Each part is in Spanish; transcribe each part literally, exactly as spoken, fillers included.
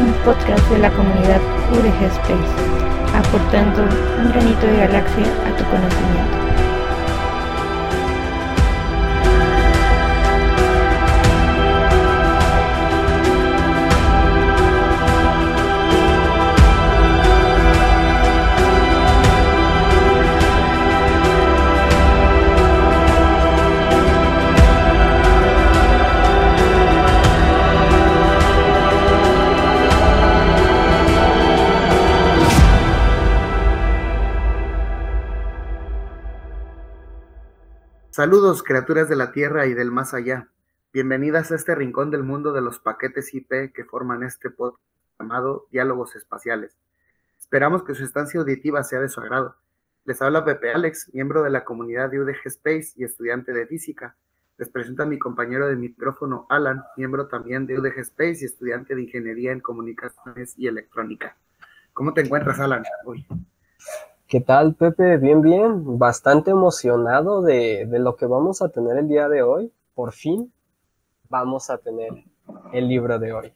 un podcast de la comunidad U D G Space, aportando un granito de galaxia a tu conocimiento. Saludos, criaturas de la Tierra y del más allá. Bienvenidas a este rincón del mundo de los paquetes I P que forman este podcast llamado Diálogos Espaciales. Esperamos que su estancia auditiva sea de su agrado. Les habla Pepe Alex, miembro de la comunidad de U D G Space y estudiante de física. Les presento a mi compañero de micrófono Alan, miembro también de U D G Space y estudiante de Ingeniería en Comunicaciones y Electrónica. ¿Cómo te encuentras, Alan? Uy. ¿Qué tal, Pepe? Bien, bien. Bastante emocionado de, de lo que vamos a tener el día de hoy. Por fin vamos a tener el libro de hoy.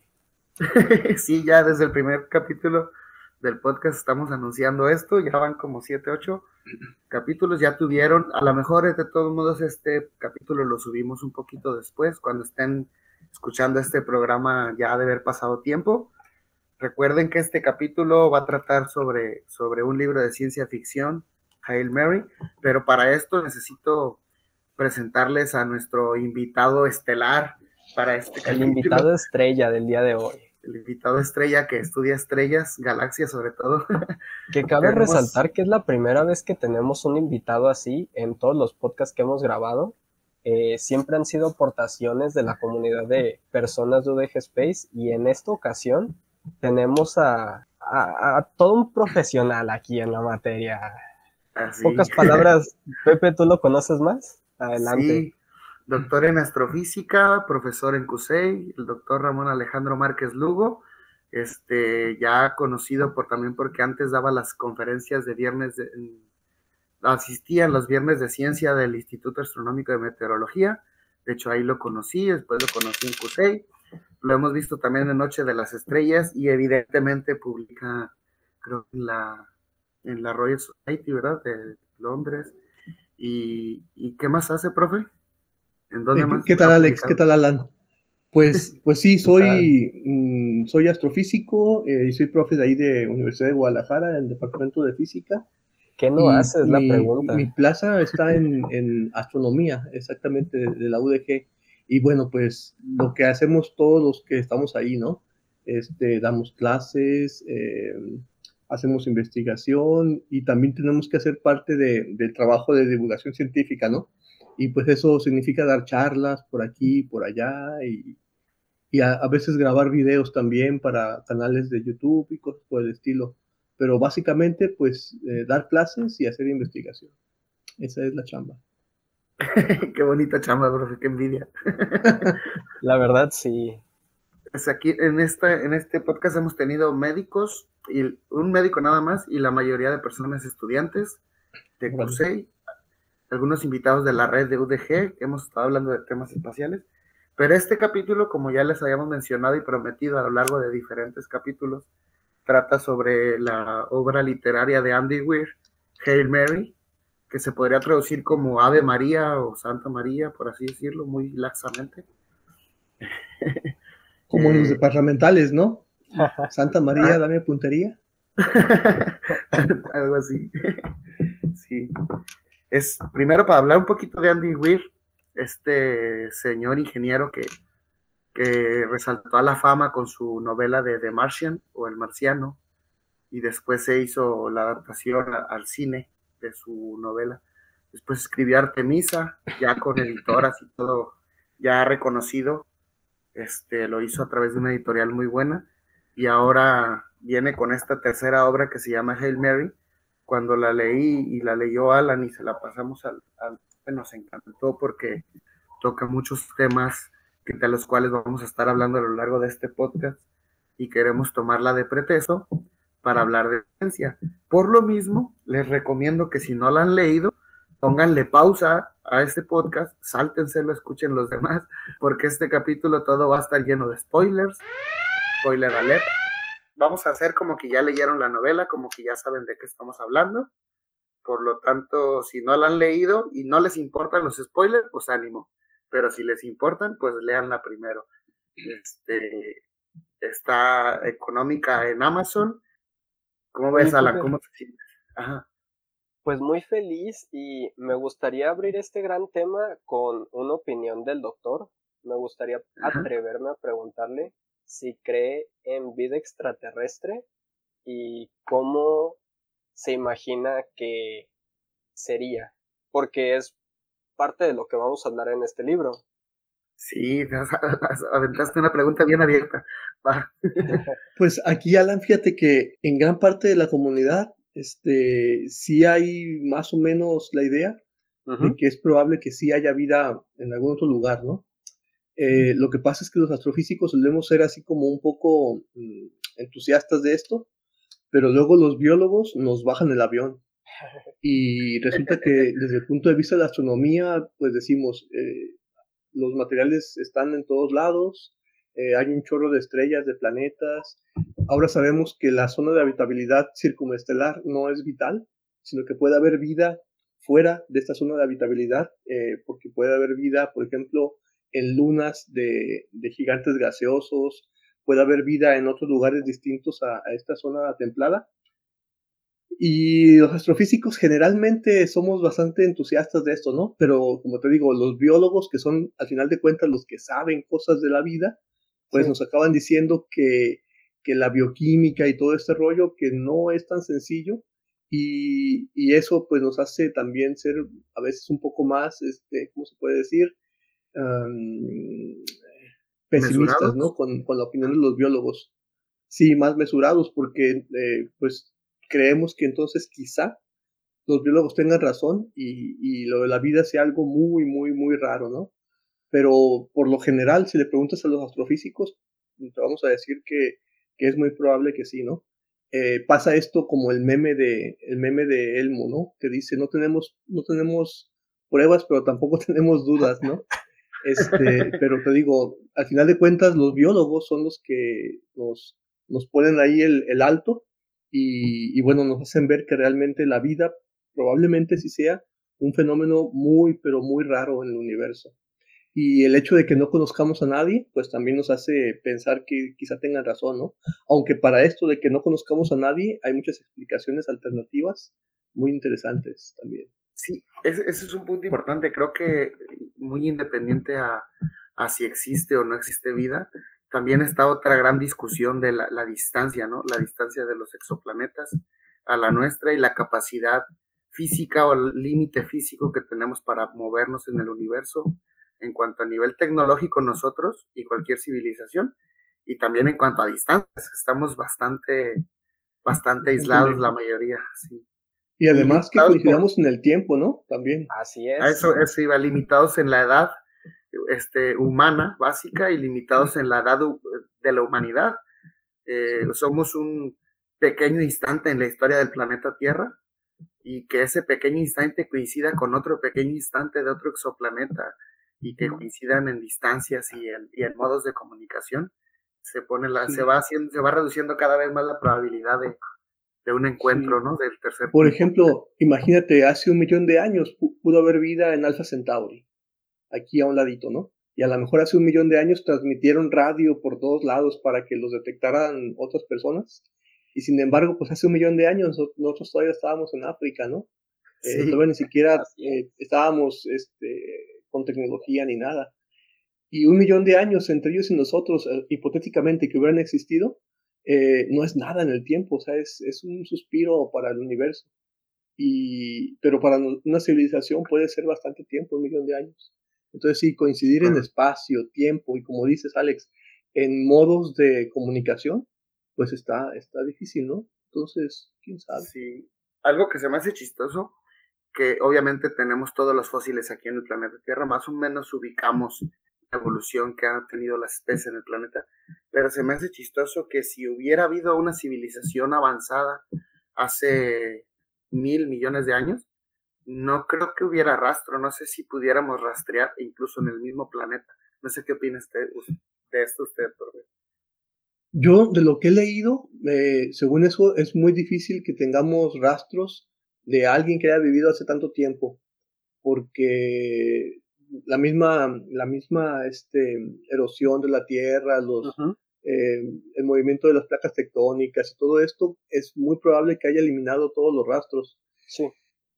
Sí, ya desde el primer capítulo del podcast estamos anunciando esto. Ya van como siete, ocho capítulos. Ya tuvieron, a lo mejor de todos modos este capítulo lo subimos un poquito después. Cuando estén escuchando este programa ya ha de haber pasado tiempo. Recuerden que este capítulo va a tratar sobre, sobre un libro de ciencia ficción, Hail Mary, pero para esto necesito presentarles a nuestro invitado estelar para este capítulo. El invitado estrella del día de hoy. El invitado estrella que estudia estrellas, galaxias sobre todo. Que cabe Tenemos... resaltar que es la primera vez que tenemos un invitado así en todos los podcasts que hemos grabado. Eh, siempre han sido aportaciones de la comunidad de personas de U D G Space y en esta ocasión tenemos a, a, a todo un profesional aquí en la materia. Así. Pocas palabras, Pepe, ¿tú lo conoces más? Adelante. Sí, doctor en astrofísica, profesor en CUSEI, el doctor Ramón Alejandro Márquez Lugo, este, ya conocido por también porque antes daba las conferencias de viernes, de, asistía a los viernes de ciencia del Instituto Astronómico de Meteorología. De hecho ahí lo conocí, después lo conocí en CUSEI. Lo hemos visto también en Noche de las Estrellas y evidentemente publica, creo, en la, en la Royal Society, ¿verdad? De Londres. ¿Y, y qué más hace, profe? ¿En dónde ¿Qué, más? ¿Qué tal, Alex? ¿Qué tal, Alan? Pues, pues sí, soy, mm, soy astrofísico y eh, soy profe de ahí de Universidad de Guadalajara, en el Departamento de Física. ¿Qué no y haces? La mi, pregunta. Mi plaza está en, en astronomía, exactamente, de, de la U D G. Y bueno, pues lo que hacemos todos los que estamos ahí, ¿no? Este, damos clases, eh, hacemos investigación y también tenemos que hacer parte de, del trabajo de divulgación científica, ¿no? Y pues eso significa dar charlas por aquí, por allá y, y a, a veces grabar videos también para canales de YouTube y cosas por el estilo. Pero básicamente, pues, eh, dar clases y hacer investigación. Esa es la chamba. Qué bonita chamba, profe, qué envidia. La verdad, sí. Pues aquí en, esta, en este podcast hemos tenido médicos, y un médico nada más, y la mayoría de personas estudiantes de CUSEI, algunos invitados de la red de U D G, que hemos estado hablando de temas espaciales, pero este capítulo, como ya les habíamos mencionado y prometido a lo largo de diferentes capítulos, trata sobre la obra literaria de Andy Weir, Hail Mary, que se podría traducir como Ave María o Santa María, por así decirlo, muy laxamente. Como en los departamentales, ¿no? Santa María, dame puntería. Algo así. Sí. Es primero para hablar un poquito de Andy Weir, este señor ingeniero que, que resaltó a la fama con su novela de The Martian o El Marciano, y después se hizo la adaptación a, al cine de su novela. Después escribió Artemisa, ya con editoras y todo ya reconocido. Este, lo hizo a través de una editorial muy buena, y ahora viene con esta tercera obra que se llama Hail Mary. Cuando la leí y la leyó Alan y se la pasamos al, al nos encantó porque toca muchos temas que, de los cuales vamos a estar hablando a lo largo de este podcast, y queremos tomarla de pretexto para hablar de ciencia. Por lo mismo, les recomiendo que si no la han leído, pónganle pausa a este podcast, sáltenselo, escuchen los demás, porque este capítulo todo va a estar lleno de spoilers, spoiler alert, vamos a hacer como que ya leyeron la novela, como que ya saben de qué estamos hablando. Por lo tanto, si no la han leído y no les importan los spoilers, pues ánimo. Pero si les importan, pues léanla primero. Este, está económica en Amazon. ¿Cómo ves, Oye, Alan? Pepe, ¿Cómo te sientes? Ajá. pues muy feliz y me gustaría abrir este gran tema con una opinión del doctor. Me gustaría Ajá. atreverme a preguntarle si cree en vida extraterrestre y cómo se imagina que sería, porque es parte de lo que vamos a hablar en este libro. Sí, aventaste una pregunta bien abierta. Va. Pues aquí, Alan, fíjate que en gran parte de la comunidad, este, sí hay más o menos la idea de Ujú. que es probable que sí haya vida en algún otro lugar, ¿no? Eh, lo que pasa es que los astrofísicos solemos ser así como un poco mm, entusiastas de esto, pero luego los biólogos nos bajan el avión. Y resulta que desde el punto de vista de la astronomía, pues decimos, eh, los materiales están en todos lados, eh, hay un chorro de estrellas, de planetas. Ahora sabemos que la zona de habitabilidad circunestelar no es vital, sino que puede haber vida fuera de esta zona de habitabilidad, eh, porque puede haber vida, por ejemplo, en lunas de, de gigantes gaseosos, puede haber vida en otros lugares distintos a, a esta zona templada. Y los astrofísicos generalmente somos bastante entusiastas de esto, ¿no? Pero como te digo, los biólogos, que son al final de cuentas los que saben cosas de la vida, pues Sí. nos acaban diciendo que, que la bioquímica y todo este rollo, que no es tan sencillo, y, y eso pues nos hace también ser a veces un poco más, este, ¿cómo se puede decir? Um, pesimistas, ¿no? ¿Mesurados? Con, con la opinión de los biólogos. Sí, más mesurados, porque eh, pues creemos que entonces quizá los biólogos tengan razón y, y lo de la vida sea algo muy, muy, muy raro, ¿no? Pero por lo general, si le preguntas a los astrofísicos, te vamos a decir que, que es muy probable que sí, ¿no? Eh, pasa esto como el meme de el meme de Elmo, ¿no? Que dice no tenemos no tenemos pruebas, pero tampoco tenemos dudas, ¿no? Este, pero te digo, al final de cuentas los biólogos son los que nos, nos ponen ahí el, el alto y, y bueno, nos hacen ver que realmente la vida probablemente sí sea un fenómeno muy, pero muy raro en el universo. Y el hecho de que no conozcamos a nadie, pues también nos hace pensar que quizá tengan razón, ¿no? Aunque para esto de que no conozcamos a nadie, hay muchas explicaciones alternativas muy interesantes también. Sí, ese, ese es un punto importante. Creo que muy independiente a, a si existe o no existe vida, también está otra gran discusión de la, la distancia, ¿no? La distancia de los exoplanetas a la nuestra y la capacidad física o el límite físico que tenemos para movernos en el universo en cuanto a nivel tecnológico nosotros y cualquier civilización, y también en cuanto a distancias, estamos bastante, bastante aislados la mayoría, sí. Y Y además que limitados por, coincidamos en el tiempo, ¿no? También. Así a es. eso, eso iba, limitados en la edad este, humana básica y limitados en la edad de la humanidad. Eh, somos un pequeño instante en la historia del planeta Tierra y que ese pequeño instante coincida con otro pequeño instante de otro exoplaneta y que coincidan en distancias y en, y en modos de comunicación, se pone la, Sí. se va haciendo, se va reduciendo cada vez más la probabilidad de, de un encuentro, Sí. ¿no? Del tercer Por tipo. ejemplo, imagínate, hace un millón de años pudo haber vida en Alpha Centauri, aquí a un ladito, ¿no? Y a lo mejor hace un millón de años transmitieron radio por todos lados para que los detectaran otras personas. Y sin embargo, pues hace un millón de años nosotros todavía estábamos en África, ¿no? Eh, Sí. todavía ni siquiera Así eh, es. estábamos este, con tecnología ni nada. Y un millón de años entre ellos y nosotros, eh, hipotéticamente, que hubieran existido, eh, no es nada en el tiempo, o sea, es, es un suspiro para el universo. Y, pero para una civilización puede ser bastante tiempo, un millón de años. Entonces, sí, coincidir en espacio, tiempo y, como dices, Alex, en modos de comunicación, pues está, está difícil, ¿no? Entonces, quién sabe. Sí. Algo que se me hace chistoso, que obviamente tenemos todos los fósiles aquí en el planeta Tierra, más o menos ubicamos la evolución que han tenido las especies en el planeta, pero se me hace chistoso que si hubiera habido una civilización avanzada hace mil millones de años, no creo que hubiera rastro, no sé si pudiéramos rastrear incluso en el mismo planeta. No sé qué opina usted de esto usted, por ver. Yo, de lo que he leído, eh, según eso, es muy difícil que tengamos rastros de alguien que haya vivido hace tanto tiempo, porque la misma, la misma este, erosión de la tierra, los, Ujú. eh, el movimiento de las placas tectónicas y todo esto, es muy probable que haya eliminado todos los rastros. Sí.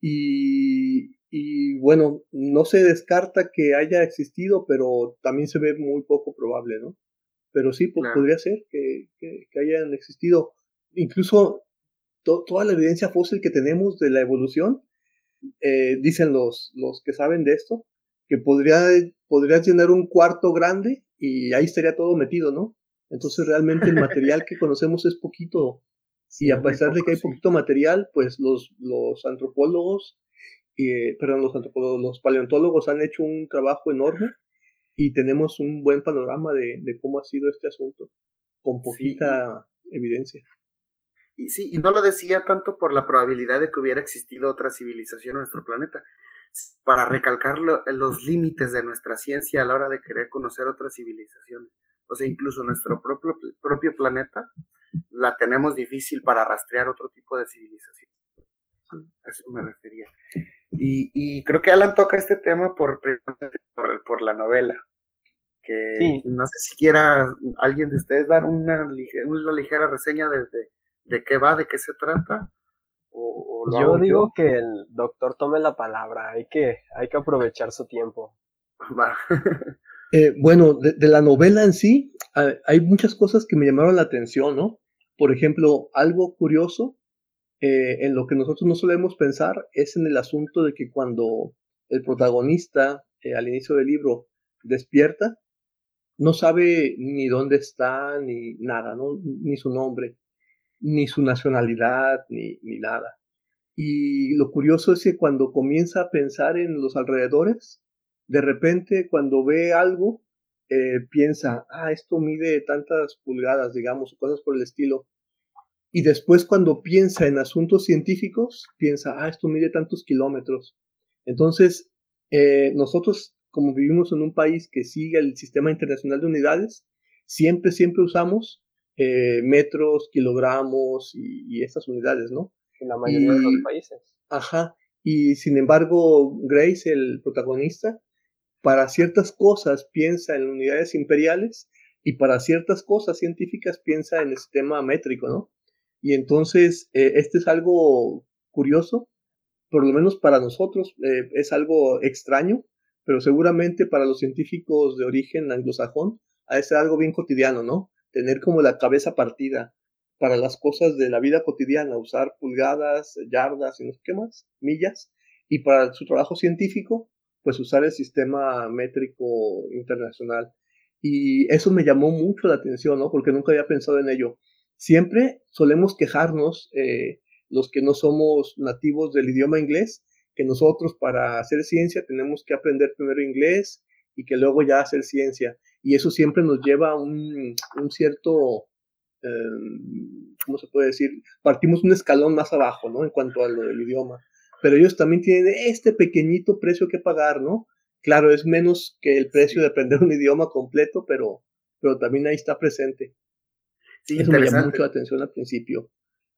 Y, y bueno, no se descarta que haya existido, pero también se ve muy poco probable, ¿no? Pero sí, pues Claro. podría ser que, que, que hayan existido. Incluso to, toda la evidencia fósil que tenemos de la evolución, eh, dicen los, los que saben de esto, que podría, podrías llenar un cuarto grande y ahí estaría todo metido, ¿no? Entonces realmente el material que conocemos es poquito. Sí, Y es a muy pesar de que poco, hay sí. poquito material, pues los, los antropólogos, eh, perdón, los antropólogos, los paleontólogos han hecho un trabajo enorme y tenemos un buen panorama de, de cómo ha sido este asunto, con Sí, y, poquita evidencia. y sí, y no lo decía tanto por la probabilidad de que hubiera existido otra civilización en nuestro planeta, para recalcar lo, los límites de nuestra ciencia a la hora de querer conocer otras civilizaciones. O sea, incluso nuestro propio, propio planeta la tenemos difícil para rastrear otro tipo de civilización. A eso me refería. Y, y creo que Alan toca este tema por, por, por la novela. Que Sí, no sé si quiera alguien de ustedes dar una, una ligera reseña de, de, de qué va, de qué se trata, o, o lo yo hago digo yo. que el doctor tome la palabra, hay que, hay que aprovechar su tiempo. Va. Eh, bueno, de, de, la novela en sí, hay, hay muchas cosas que me llamaron la atención, ¿no? Por ejemplo, algo curioso eh, en lo que nosotros no solemos pensar es en el asunto de que cuando el protagonista eh, al inicio del libro despierta, no sabe ni dónde está, ni nada, ¿no? Ni su nombre, ni su nacionalidad, ni, ni nada. Y lo curioso es que cuando comienza a pensar en los alrededores, de repente cuando ve algo, eh, piensa, ah, esto mide tantas pulgadas, digamos, o cosas por el estilo. Y después cuando piensa en asuntos científicos, piensa, ah, esto mide tantos kilómetros. Entonces, eh, nosotros, como vivimos en un país que sigue el sistema internacional de unidades, siempre, siempre usamos eh, metros, kilogramos y, y estas unidades, ¿no? En la mayoría de los Y, países. ajá, y sin embargo, Grace, el protagonista, para ciertas cosas piensa en unidades imperiales y para ciertas cosas científicas piensa en el sistema métrico, ¿no? Y entonces, eh, este es algo curioso, por lo menos para nosotros eh, es algo extraño, pero seguramente para los científicos de origen anglosajón ha de ser algo bien cotidiano, ¿no? Tener como la cabeza partida para las cosas de la vida cotidiana, usar pulgadas, yardas y no sé qué más, millas, y para su trabajo científico, pues usar el sistema métrico internacional. Y eso me llamó mucho la atención, ¿no? Porque nunca había pensado en ello. Siempre solemos quejarnos, eh, los que no somos nativos del idioma inglés, que nosotros para hacer ciencia tenemos que aprender primero inglés y que luego ya hacer ciencia. Y eso siempre nos lleva a un, un cierto, eh, ¿cómo se puede decir? Partimos un escalón más abajo, ¿no? En cuanto a lo del idioma. Pero ellos también tienen este pequeñito precio que pagar, ¿no? Claro, es menos que el precio Sí, de aprender un idioma completo, pero, pero también ahí está presente. sí, Eso me llamó interesante. mucho la atención al principio.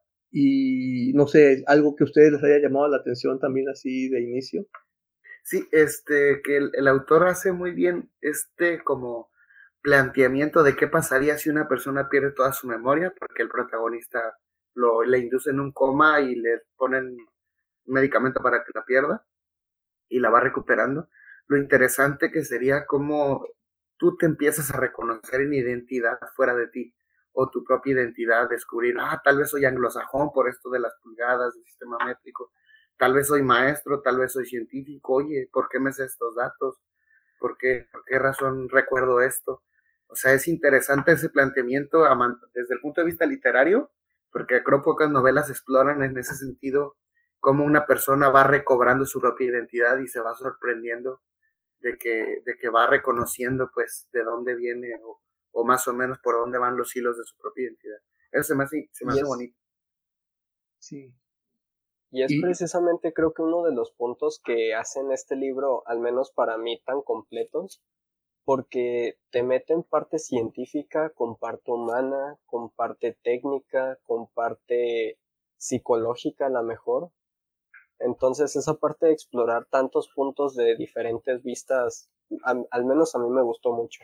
Y no sé, algo que a ustedes les haya llamado la atención también así de inicio. Sí, este, que el, el autor hace muy bien este como planteamiento de qué pasaría si una persona pierde toda su memoria, porque el protagonista lo, le induce en un coma y le ponen un medicamento para que la pierda y la va recuperando. Lo interesante que sería cómo tú te empiezas a reconocer en identidad fuera de ti, o tu propia identidad, descubrir, ah, tal vez soy anglosajón por esto de las pulgadas, del sistema métrico, tal vez soy maestro, tal vez soy científico, oye, ¿por qué me sé estos datos? ¿Por qué, por qué razón recuerdo esto? O sea, es interesante ese planteamiento desde el punto de vista literario, porque creo pocas novelas exploran en ese sentido cómo una persona va recobrando su propia identidad y se va sorprendiendo de que, de que va reconociendo pues de dónde viene o, o más o menos por dónde van los hilos de su propia identidad. Eso se me hace, se me Y hace es, bonito. Sí. y es Y precisamente creo que uno de los puntos que hacen este libro, al menos para mí, tan completos, porque te meten parte científica con parte humana, con parte técnica, con parte psicológica a la mejor. Entonces esa parte de explorar tantos puntos de diferentes vistas, a, al menos a mí me gustó mucho.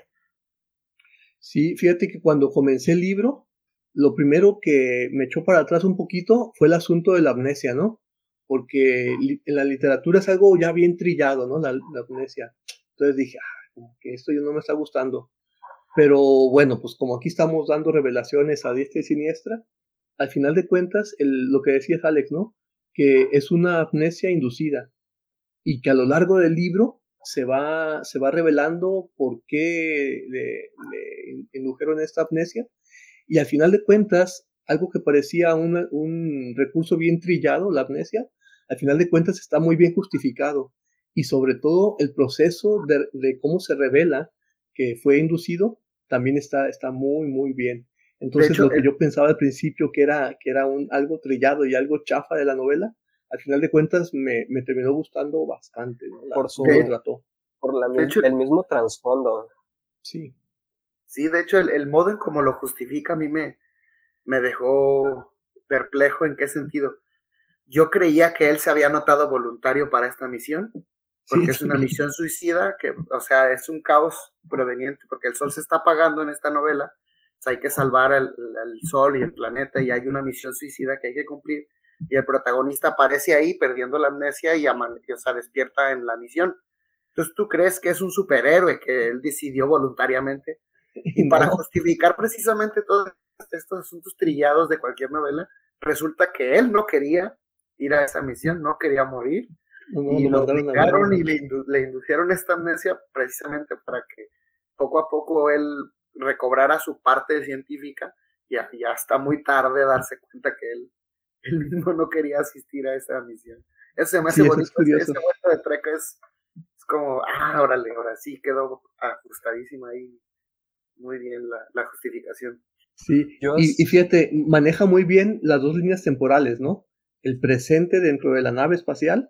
Sí, fíjate que cuando comencé el libro, lo primero que me echó para atrás un poquito fue el asunto de la amnesia, ¿no? Porque li- en la literatura es algo ya bien trillado, ¿no? La, la amnesia. Entonces dije, ah, como que esto ya no me está gustando. Pero bueno, pues como aquí estamos dando revelaciones a diestra y siniestra, al final de cuentas, el, lo que decías Alex, ¿no? Que es una amnesia inducida y que a lo largo del libro se va, se va revelando por qué le, le indujeron esta amnesia y al final de cuentas, algo que parecía una, un recurso bien trillado, la amnesia, al final de cuentas está muy bien justificado y sobre todo el proceso de, de cómo se revela que fue inducido también está, está muy, muy bien. De Entonces, hecho, lo que el, yo pensaba al principio que era, que era un, algo trillado y algo chafa de la novela, al final de cuentas me, me terminó gustando bastante, ¿no? La, Por cómo lo de, su, trató. por la, de hecho, el mismo trasfondo. Sí, sí, de hecho, el, el modo en cómo lo justifica a mí me, me dejó perplejo. ¿En qué sentido? Yo creía que él se había anotado voluntario para esta misión, sí, porque es una también. misión suicida, que, o sea, es un caos proveniente, porque el sol se está apagando en esta novela, o sea, hay que salvar al, al sol y el planeta, y hay una misión suicida que hay que cumplir, y el protagonista aparece ahí perdiendo la amnesia y, amane- y, o sea, despierta en la misión. Entonces tú crees que es un superhéroe que él decidió voluntariamente, y Y para no, justificar precisamente todos estos asuntos trillados de cualquier novela, resulta que él no quería ir a esa misión, no quería morir, no, no, y lo lo mandaron a huevo. obligaron y le, indu le indujeron esta amnesia precisamente para que poco a poco él recobrara su parte científica y, a, y hasta muy tarde darse cuenta que él, él mismo no quería asistir a esa misión. Eso se me hace Sí, eso es bonito, ese, curioso. ese vuelto de treca es, es como, ah, órale, ahora sí quedó ajustadísima ahí, muy bien la, la justificación. Sí, Yo y, y es, fíjate, maneja muy bien las dos líneas temporales, ¿no? El presente dentro de la nave espacial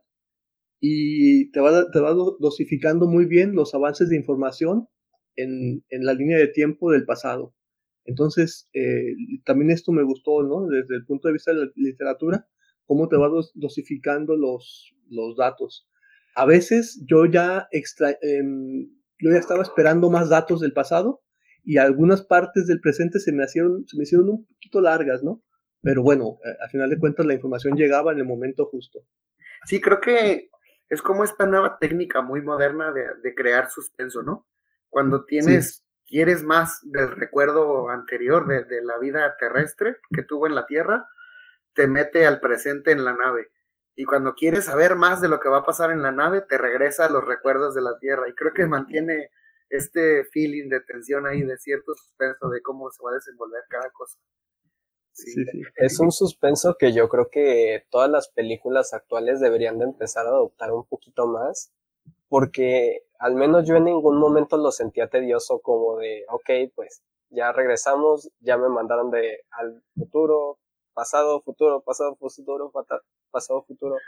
y te va, te va do- dosificando muy bien los avances de información en, en la línea de tiempo del pasado. Entonces, eh, también esto me gustó, ¿no? Desde el punto de vista de la literatura, cómo te va dos- dosificando los, los datos. A veces yo ya, extra, em, yo ya estaba esperando más datos del pasado y algunas partes del presente se me, hicieron, se me hicieron un poquito largas, ¿no? Pero bueno, eh, al final de cuentas la información llegaba en el momento justo. Sí, creo que es como esta nueva técnica muy moderna de, de crear suspenso, ¿no? Cuando Sí, tienes, quieres más del recuerdo anterior de, de la vida terrestre que tuvo en la Tierra, te mete al presente en la nave. Y cuando quieres saber más de lo que va a pasar en la nave, te regresa a los recuerdos de la Tierra. Y creo que mantiene este feeling de tensión ahí, de cierto suspenso de cómo se va a desenvolver cada cosa. sí, Sí. sí. es un suspenso que yo creo que todas las películas actuales deberían de empezar a adoptar un poquito más, porque al menos yo en ningún momento lo sentía tedioso como de, ok, pues ya regresamos, ya me mandaron de al futuro, pasado, futuro, pasado, futuro, fata- pasado, futuro.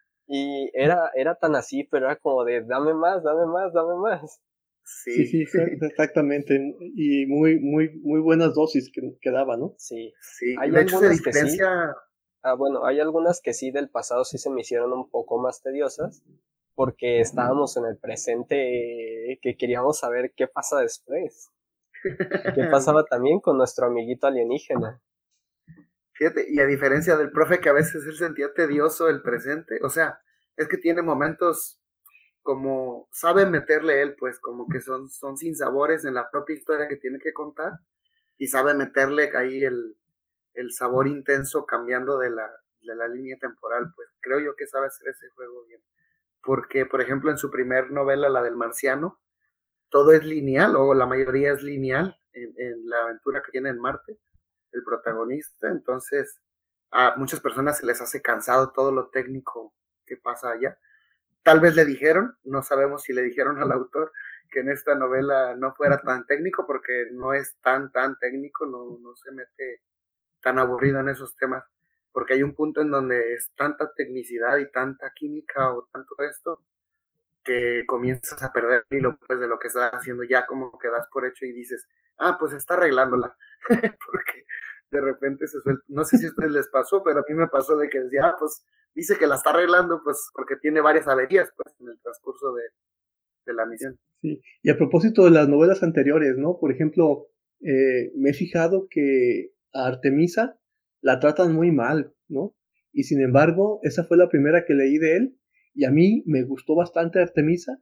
Y era, era tan así, pero era como de, dame más, dame más, dame más. Sí, Sí, sí, exa- exactamente. Y muy, muy, muy buenas dosis que, que daba, ¿no? Sí, sí. hay De hecho, se algunas que sí, diferencia. ah, bueno, hay algunas que sí del pasado sí se me hicieron un poco más tediosas, porque estábamos en el presente que queríamos saber qué pasa después. ¿Y qué pasaba también con nuestro amiguito alienígena? Fíjate, y a diferencia del profe que a veces él sentía tedioso el presente, o sea, es que tiene momentos como sabe meterle él, pues como que son, son sinsabores en la propia historia que tiene que contar y sabe meterle ahí el, el sabor intenso cambiando de la, de la línea temporal, pues creo yo que sabe hacer ese juego bien. Porque, por ejemplo, en su primer novela, la del marciano, todo es lineal, o la mayoría es lineal en, en la aventura que tiene en Marte el protagonista, entonces a muchas personas se les hace cansado todo lo técnico que pasa allá. Tal vez le dijeron, no sabemos si le dijeron al autor que en esta novela no fuera tan técnico, porque no es tan, tan técnico, no, no se mete tan aburrido en esos temas, porque hay un punto en donde es tanta tecnicidad y tanta química o tanto esto, que comienzas a perder el hilo pues, de lo que estás haciendo, ya como que das por hecho y dices, ah, pues está arreglándola, porque de repente se suelta, no sé si a ustedes les pasó, pero a mí me pasó de que decía, ah, pues dice que la está arreglando, pues porque tiene varias averías pues en el transcurso de, de la misión. Sí, y a propósito de las novelas anteriores, ¿no? Por ejemplo, eh, me he fijado que a Artemisa la tratan muy mal, ¿no? Y sin embargo, esa fue la primera que leí de él, y a mí me gustó bastante Artemisa,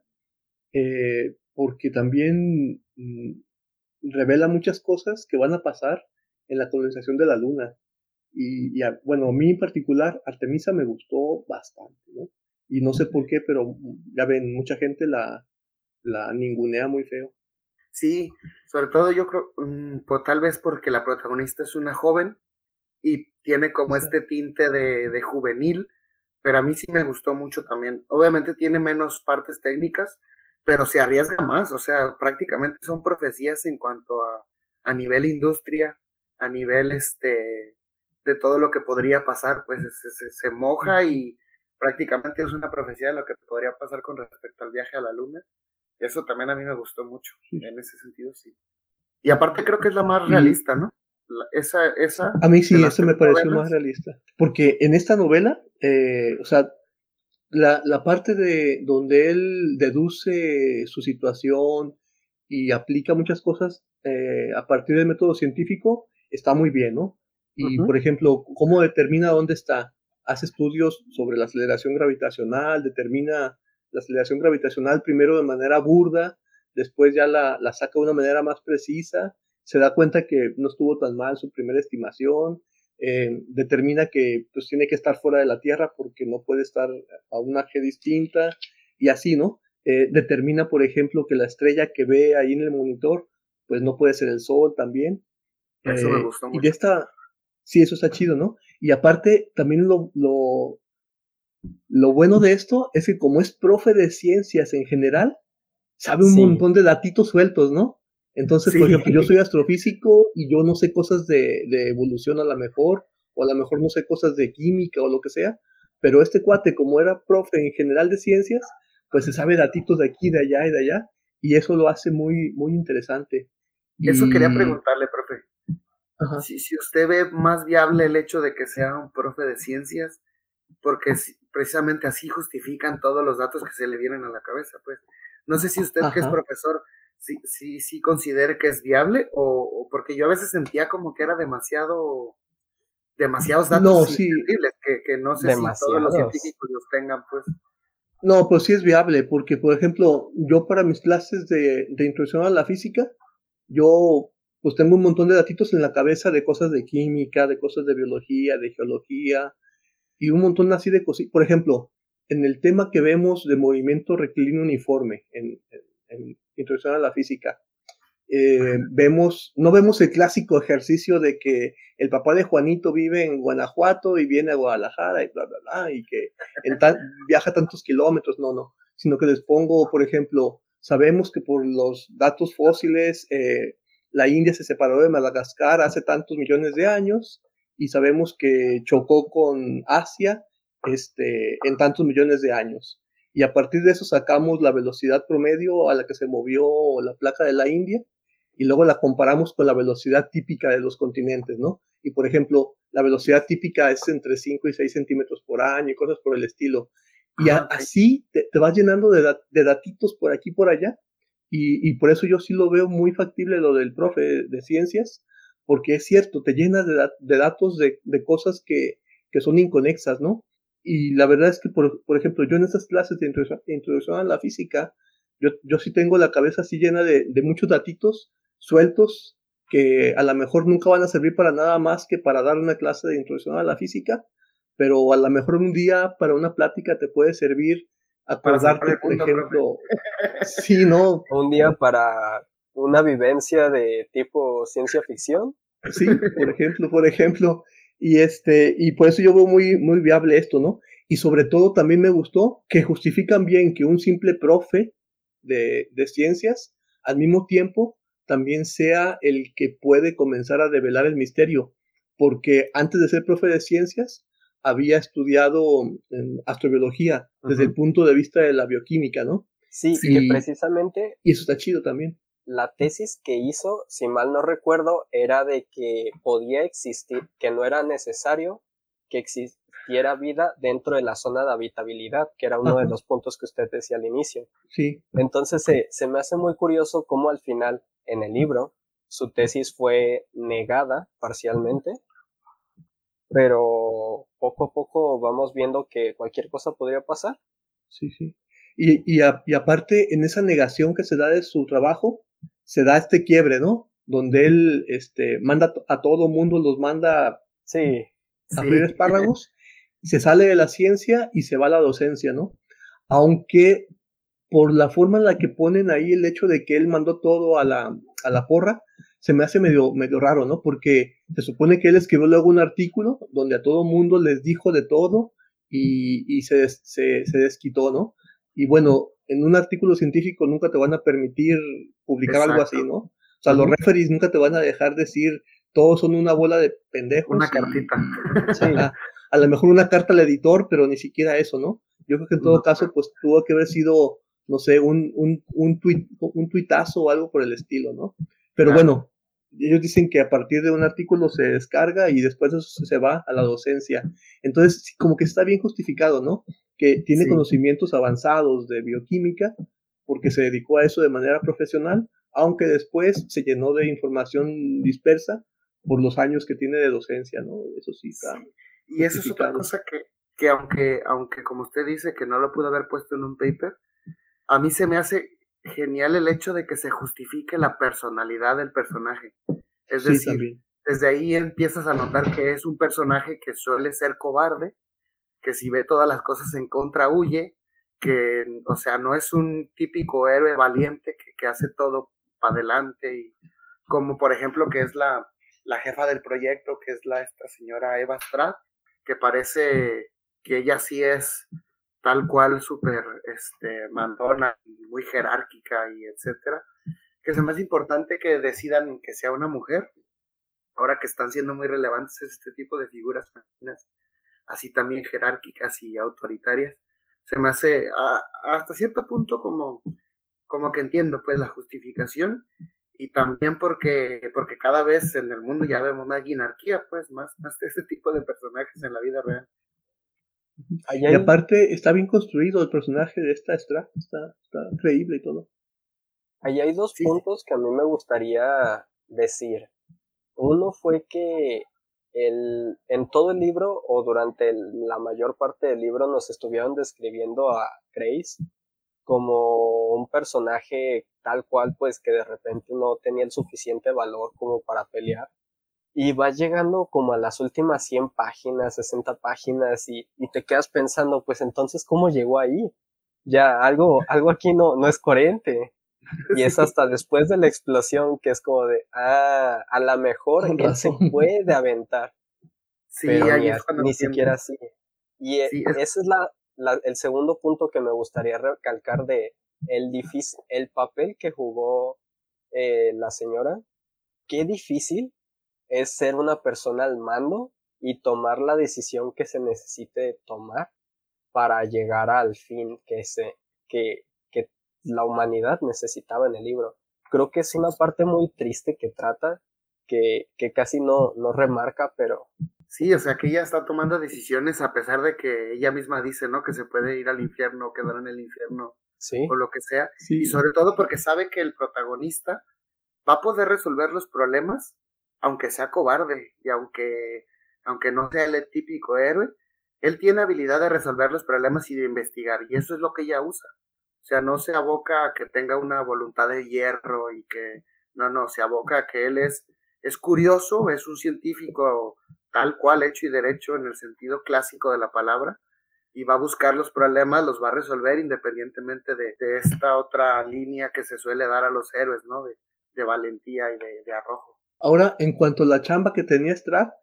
eh, porque también mm, revela muchas cosas que van a pasar en la colonización de la Luna. Y, y a, bueno, a mí en particular, Artemisa me gustó bastante, ¿no? Y no sé por qué, pero ya ven, mucha gente la, la ningunea muy feo. Sí, sobre todo yo creo, um, pues, tal vez porque la protagonista es una joven y tiene como este tinte de, de juvenil, pero a mí sí me gustó mucho también. Obviamente tiene menos partes técnicas, pero se arriesga más, o sea, prácticamente son profecías en cuanto a, a nivel industria, a nivel este de todo lo que podría pasar, pues se, se, se moja y prácticamente es una profecía de lo que podría pasar con respecto al viaje a la luna. Eso también a mí me gustó mucho, en ese sentido sí. Y aparte creo que es la más realista, ¿no? La, esa, esa. A mí sí, eso me pareció novelas más realista. Porque en esta novela, eh, o sea, la, la parte de donde él deduce su situación y aplica muchas cosas eh, a partir del método científico está muy bien, ¿no? Y, uh-huh. por ejemplo, cómo determina dónde está. Hace estudios sobre la aceleración gravitacional, determina la aceleración gravitacional primero de manera burda, después ya la, la saca de una manera más precisa, se da cuenta que no estuvo tan mal su primera estimación, eh, determina que pues tiene que estar fuera de la Tierra porque no puede estar a una G distinta, y así, ¿no? Eh, determina, por ejemplo, que la estrella que ve ahí en el monitor, pues no puede ser el Sol también. Eso eh, me gustó mucho. Y de esta, sí, eso está chido, ¿no? Y aparte, también lo, lo, lo bueno de esto es que como es profe de ciencias en general, sabe un sí. montón de datitos sueltos, ¿no? Entonces, sí. por ejemplo, yo soy astrofísico y yo no sé cosas de, de evolución a lo mejor, o a lo mejor no sé cosas de química o lo que sea, pero este cuate, como era profe en general de ciencias, pues se sabe datitos de aquí, de allá y de allá, y eso lo hace muy, muy interesante. Eso y... quería preguntarle, profe. Ajá. Si, si usted ve más viable el hecho de que sea un profe de ciencias, porque precisamente así justifican todos los datos que se le vienen a la cabeza, pues. No sé si usted, Ajá. que es profesor, sí, sí, sí considere que es viable, o, o porque yo a veces sentía como que era demasiado, demasiados datos no, sí. que, que no sé demasiados. Si todos los científicos los tengan, pues. No, pues sí es viable, porque, por ejemplo, yo para mis clases de, de introducción a la física, yo pues tengo un montón de datitos en la cabeza de cosas de química, de cosas de biología, de geología, y un montón así de cosas. Por ejemplo, en el tema que vemos de movimiento rectilíneo uniforme en, en, en introducción a la física, eh, vemos, no vemos el clásico ejercicio de que el papá de Juanito vive en Guanajuato y viene a Guadalajara y bla, bla, bla, y que en ta- viaja tantos kilómetros, no, no, sino que les pongo, por ejemplo, sabemos que por los datos fósiles, eh, la India se separó de Madagascar hace tantos millones de años, y sabemos que chocó con Asia este, en tantos millones de años. Y a partir de eso sacamos la velocidad promedio a la que se movió la placa de la India, y luego la comparamos con la velocidad típica de los continentes, ¿no? Y por ejemplo, la velocidad típica es entre cinco y seis centímetros por año y cosas por el estilo. Y a, así te, te vas llenando de, dat- de datitos por aquí y por allá, y, y por eso yo sí lo veo muy factible lo del profe de, de ciencias, porque es cierto, te llenas de, dat- de datos de, de cosas que, que son inconexas, ¿no? Y la verdad es que, por, por ejemplo, yo en esas clases de introducción, introducción a la física, yo, yo sí tengo la cabeza así llena de, de muchos datitos sueltos que a lo mejor nunca van a servir para nada más que para dar una clase de introducción a la física, pero a lo mejor un día para una plática te puede servir acordarte, por ejemplo, sí, ¿no? Un día para una vivencia de tipo ciencia ficción. Sí, por ejemplo, por ejemplo, y este, y por eso yo veo muy, muy viable esto, ¿no? Y sobre todo también me gustó que justifican bien que un simple profe de, de ciencias, al mismo tiempo, también sea el que puede comenzar a develar el misterio, porque antes de ser profe de ciencias, había estudiado en astrobiología desde uh-huh. el punto de vista de la bioquímica, ¿no? Sí, Sí. que Y, precisamente y eso está chido también. la tesis que hizo, si mal no recuerdo, era de que podía existir, que no era necesario que existiera vida dentro de la zona de habitabilidad, que era uno de Ajá, los puntos que usted decía al inicio. sí, Entonces se, se me hace muy curioso cómo al final, en el libro, su tesis fue negada parcialmente, pero poco a poco vamos viendo que cualquier cosa podría pasar. sí, sí. Y, y, a- y aparte, en esa negación que se da de su trabajo, se da este quiebre, ¿no? Donde él este, manda to- a todo mundo, los manda Sí, a freír Sí, espárragos, se sale de la ciencia y se va a la docencia, ¿no? Aunque por la forma en la que ponen ahí el hecho de que él mandó todo a la, a la porra, se me hace medio, medio raro, ¿no? Porque se supone que él escribió luego un artículo donde a todo mundo les dijo de todo y, y se, des- se, se desquitó, ¿no? Y bueno, en un artículo científico nunca te van a permitir publicar algo así, exacto. ¿no? O sea, los ujú, referees nunca te van a dejar decir todos son una bola de Una pendejos y, cartita. sí, ajá, a lo mejor una carta al editor, pero ni siquiera eso, ¿no? Yo creo que en todo No, caso, pues tuvo que haber sido, no sé, un, un, un, tuit, un tuitazo o algo por el estilo, ¿no? Pero claro. bueno, ellos dicen que a partir de un artículo se descarga y después eso se va a la docencia. Entonces, sí, como que está bien justificado, ¿no? Que tiene Sí, conocimientos avanzados de bioquímica porque se dedicó a eso de manera profesional, aunque después se llenó de información dispersa por los años que tiene de docencia, ¿no? Eso sí está sí. Y eso es otra justificado. cosa que, que aunque, aunque como usted dice que no lo pudo haber puesto en un paper, a mí se me hace genial el hecho de que se justifique la personalidad del personaje. Es Sí, decir, también. desde ahí empiezas a notar que es un personaje que suele ser cobarde, que si ve todas las cosas en contra huye, que, o sea, no es un típico héroe valiente que, que hace todo para adelante, y como por ejemplo que es la, la jefa del proyecto, que es la esta señora Eva Stratt, que parece que ella sí es tal cual súper este, mandona, muy jerárquica y etcétera, que es más importante que decidan que sea una mujer, ahora que están siendo muy relevantes este tipo de figuras femeninas, así también jerárquicas y autoritarias. Se me hace a, hasta cierto punto como, como que entiendo pues la justificación, y también porque, porque cada vez en el mundo ya vemos más guinarquía, pues más, más de ese tipo de personajes en la vida real. ahí Y hay, aparte está bien construido el personaje de esta Stra, está, está creíble y todo. ahí hay dos Sí, puntos que a mí me gustaría decir. Uno fue que el, en todo el libro o durante el- la mayor parte del libro nos estuvieron describiendo a Grace como un personaje tal cual, pues que de repente no tenía el suficiente valor como para pelear. Y vas llegando como a las últimas cien páginas, sesenta páginas y, y te quedas pensando, pues entonces, ¿cómo llegó ahí? Ya, algo, algo aquí no, no es coherente. Y es sí, hasta después de la explosión que es como de, ah, a lo mejor Con él se razón. puede aventar, sí, pero ahí ni, es as- cuando ni siquiera entiendes. así. Y eh, Sí, es, ese es la, la- el segundo punto que me gustaría recalcar de el difícil, el papel que jugó eh, la señora. Qué difícil es ser una persona al mando y tomar la decisión que se necesite tomar para llegar al fin que se que, que la humanidad necesitaba en el libro. Creo que es sí, una parte muy triste que trata, que, que casi no, no remarca, pero sí, o sea que ella está tomando decisiones a pesar de que ella misma dice, ¿no? Que se puede ir al infierno, quedar en el infierno o sí, lo que sea, y Sí, sobre todo porque sabe que el protagonista va a poder resolver los problemas, aunque sea cobarde y aunque, aunque no sea el típico héroe, él tiene habilidad de resolver los problemas y de investigar, y eso es lo que ella usa. O sea, no se aboca a que tenga una voluntad de hierro y que, no, no, se aboca a que él es, es curioso, es un científico tal cual, hecho y derecho en el sentido clásico de la palabra, y va a buscar los problemas, los va a resolver independientemente de, de esta otra línea que se suele dar a los héroes, ¿no? De, de valentía y de, de arrojo. ahora en cuanto a la chamba que tenía Strath,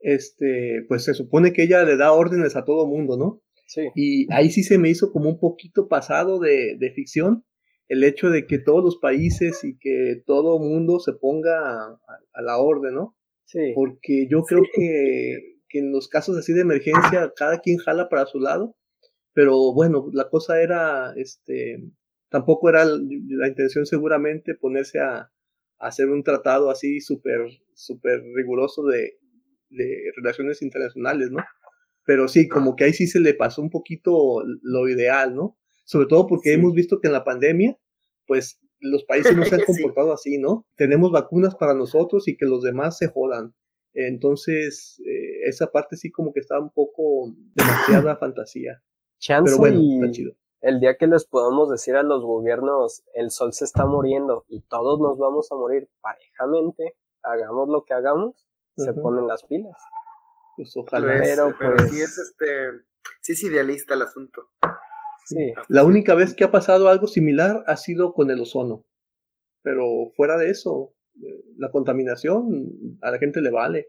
este, pues se supone que ella le da órdenes a todo mundo, ¿no? sí, Y ahí sí se me hizo como un poquito pasado de, de ficción el hecho de que todos los países y que todo mundo se ponga a, a la orden, ¿no? sí, Porque yo Sí, creo que, que en los casos así de emergencia cada quien jala para su lado, pero bueno, la cosa era este, tampoco era la intención seguramente ponerse a, a hacer un tratado así súper súper riguroso de, de relaciones internacionales, ¿no? Pero sí, como que ahí sí se le pasó un poquito lo ideal, ¿no? Sobre todo porque sí. hemos visto que en la pandemia, pues los países no se han comportado sí. así, ¿no? Tenemos vacunas para nosotros y que los demás se jodan. Entonces, eh, esa parte sí como que está un poco demasiada fantasía. Chance. Pero bueno, y está chido. El día que les podamos decir a los gobiernos, el sol se está muriendo y todos nos vamos a morir parejamente, hagamos lo que hagamos, uh-huh. se ponen las pilas. Pues ojalá. Pues, pero, pero pues, sí es este, sí es idealista el asunto. Sí. La única vez que ha pasado algo similar ha sido con el ozono. Pero fuera de eso, la contaminación a la gente le vale.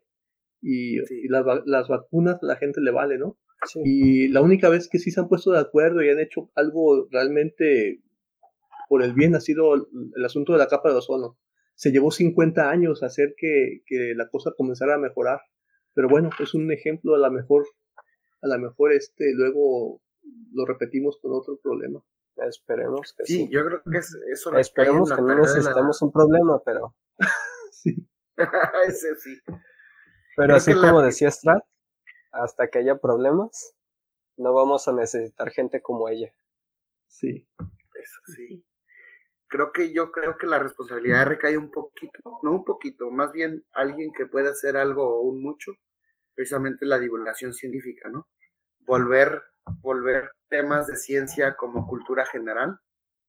Y, sí. y las, las vacunas a la gente le vale, ¿no? Sí. Y la única vez que sí se han puesto de acuerdo y han hecho algo realmente por el bien ha sido el, el asunto de la capa de ozono. Se llevó cincuenta años hacer que, que la cosa comenzara a mejorar. Pero bueno, es un ejemplo, a lo mejor, a lo mejor este, luego lo repetimos con otro problema. Esperemos que sí. sí. Sí, yo creo que es, eso Esperemos que no necesitemos la... un problema, pero... sí. Ese sí. Pero creo así como la... decía Strat, hasta que haya problemas, no vamos a necesitar gente como ella. Sí. Eso sí. Creo que yo creo que la responsabilidad recae un poquito, no un poquito, más bien alguien que pueda hacer algo o un mucho, precisamente la divulgación científica, ¿no? Volver, volver temas de ciencia como cultura general,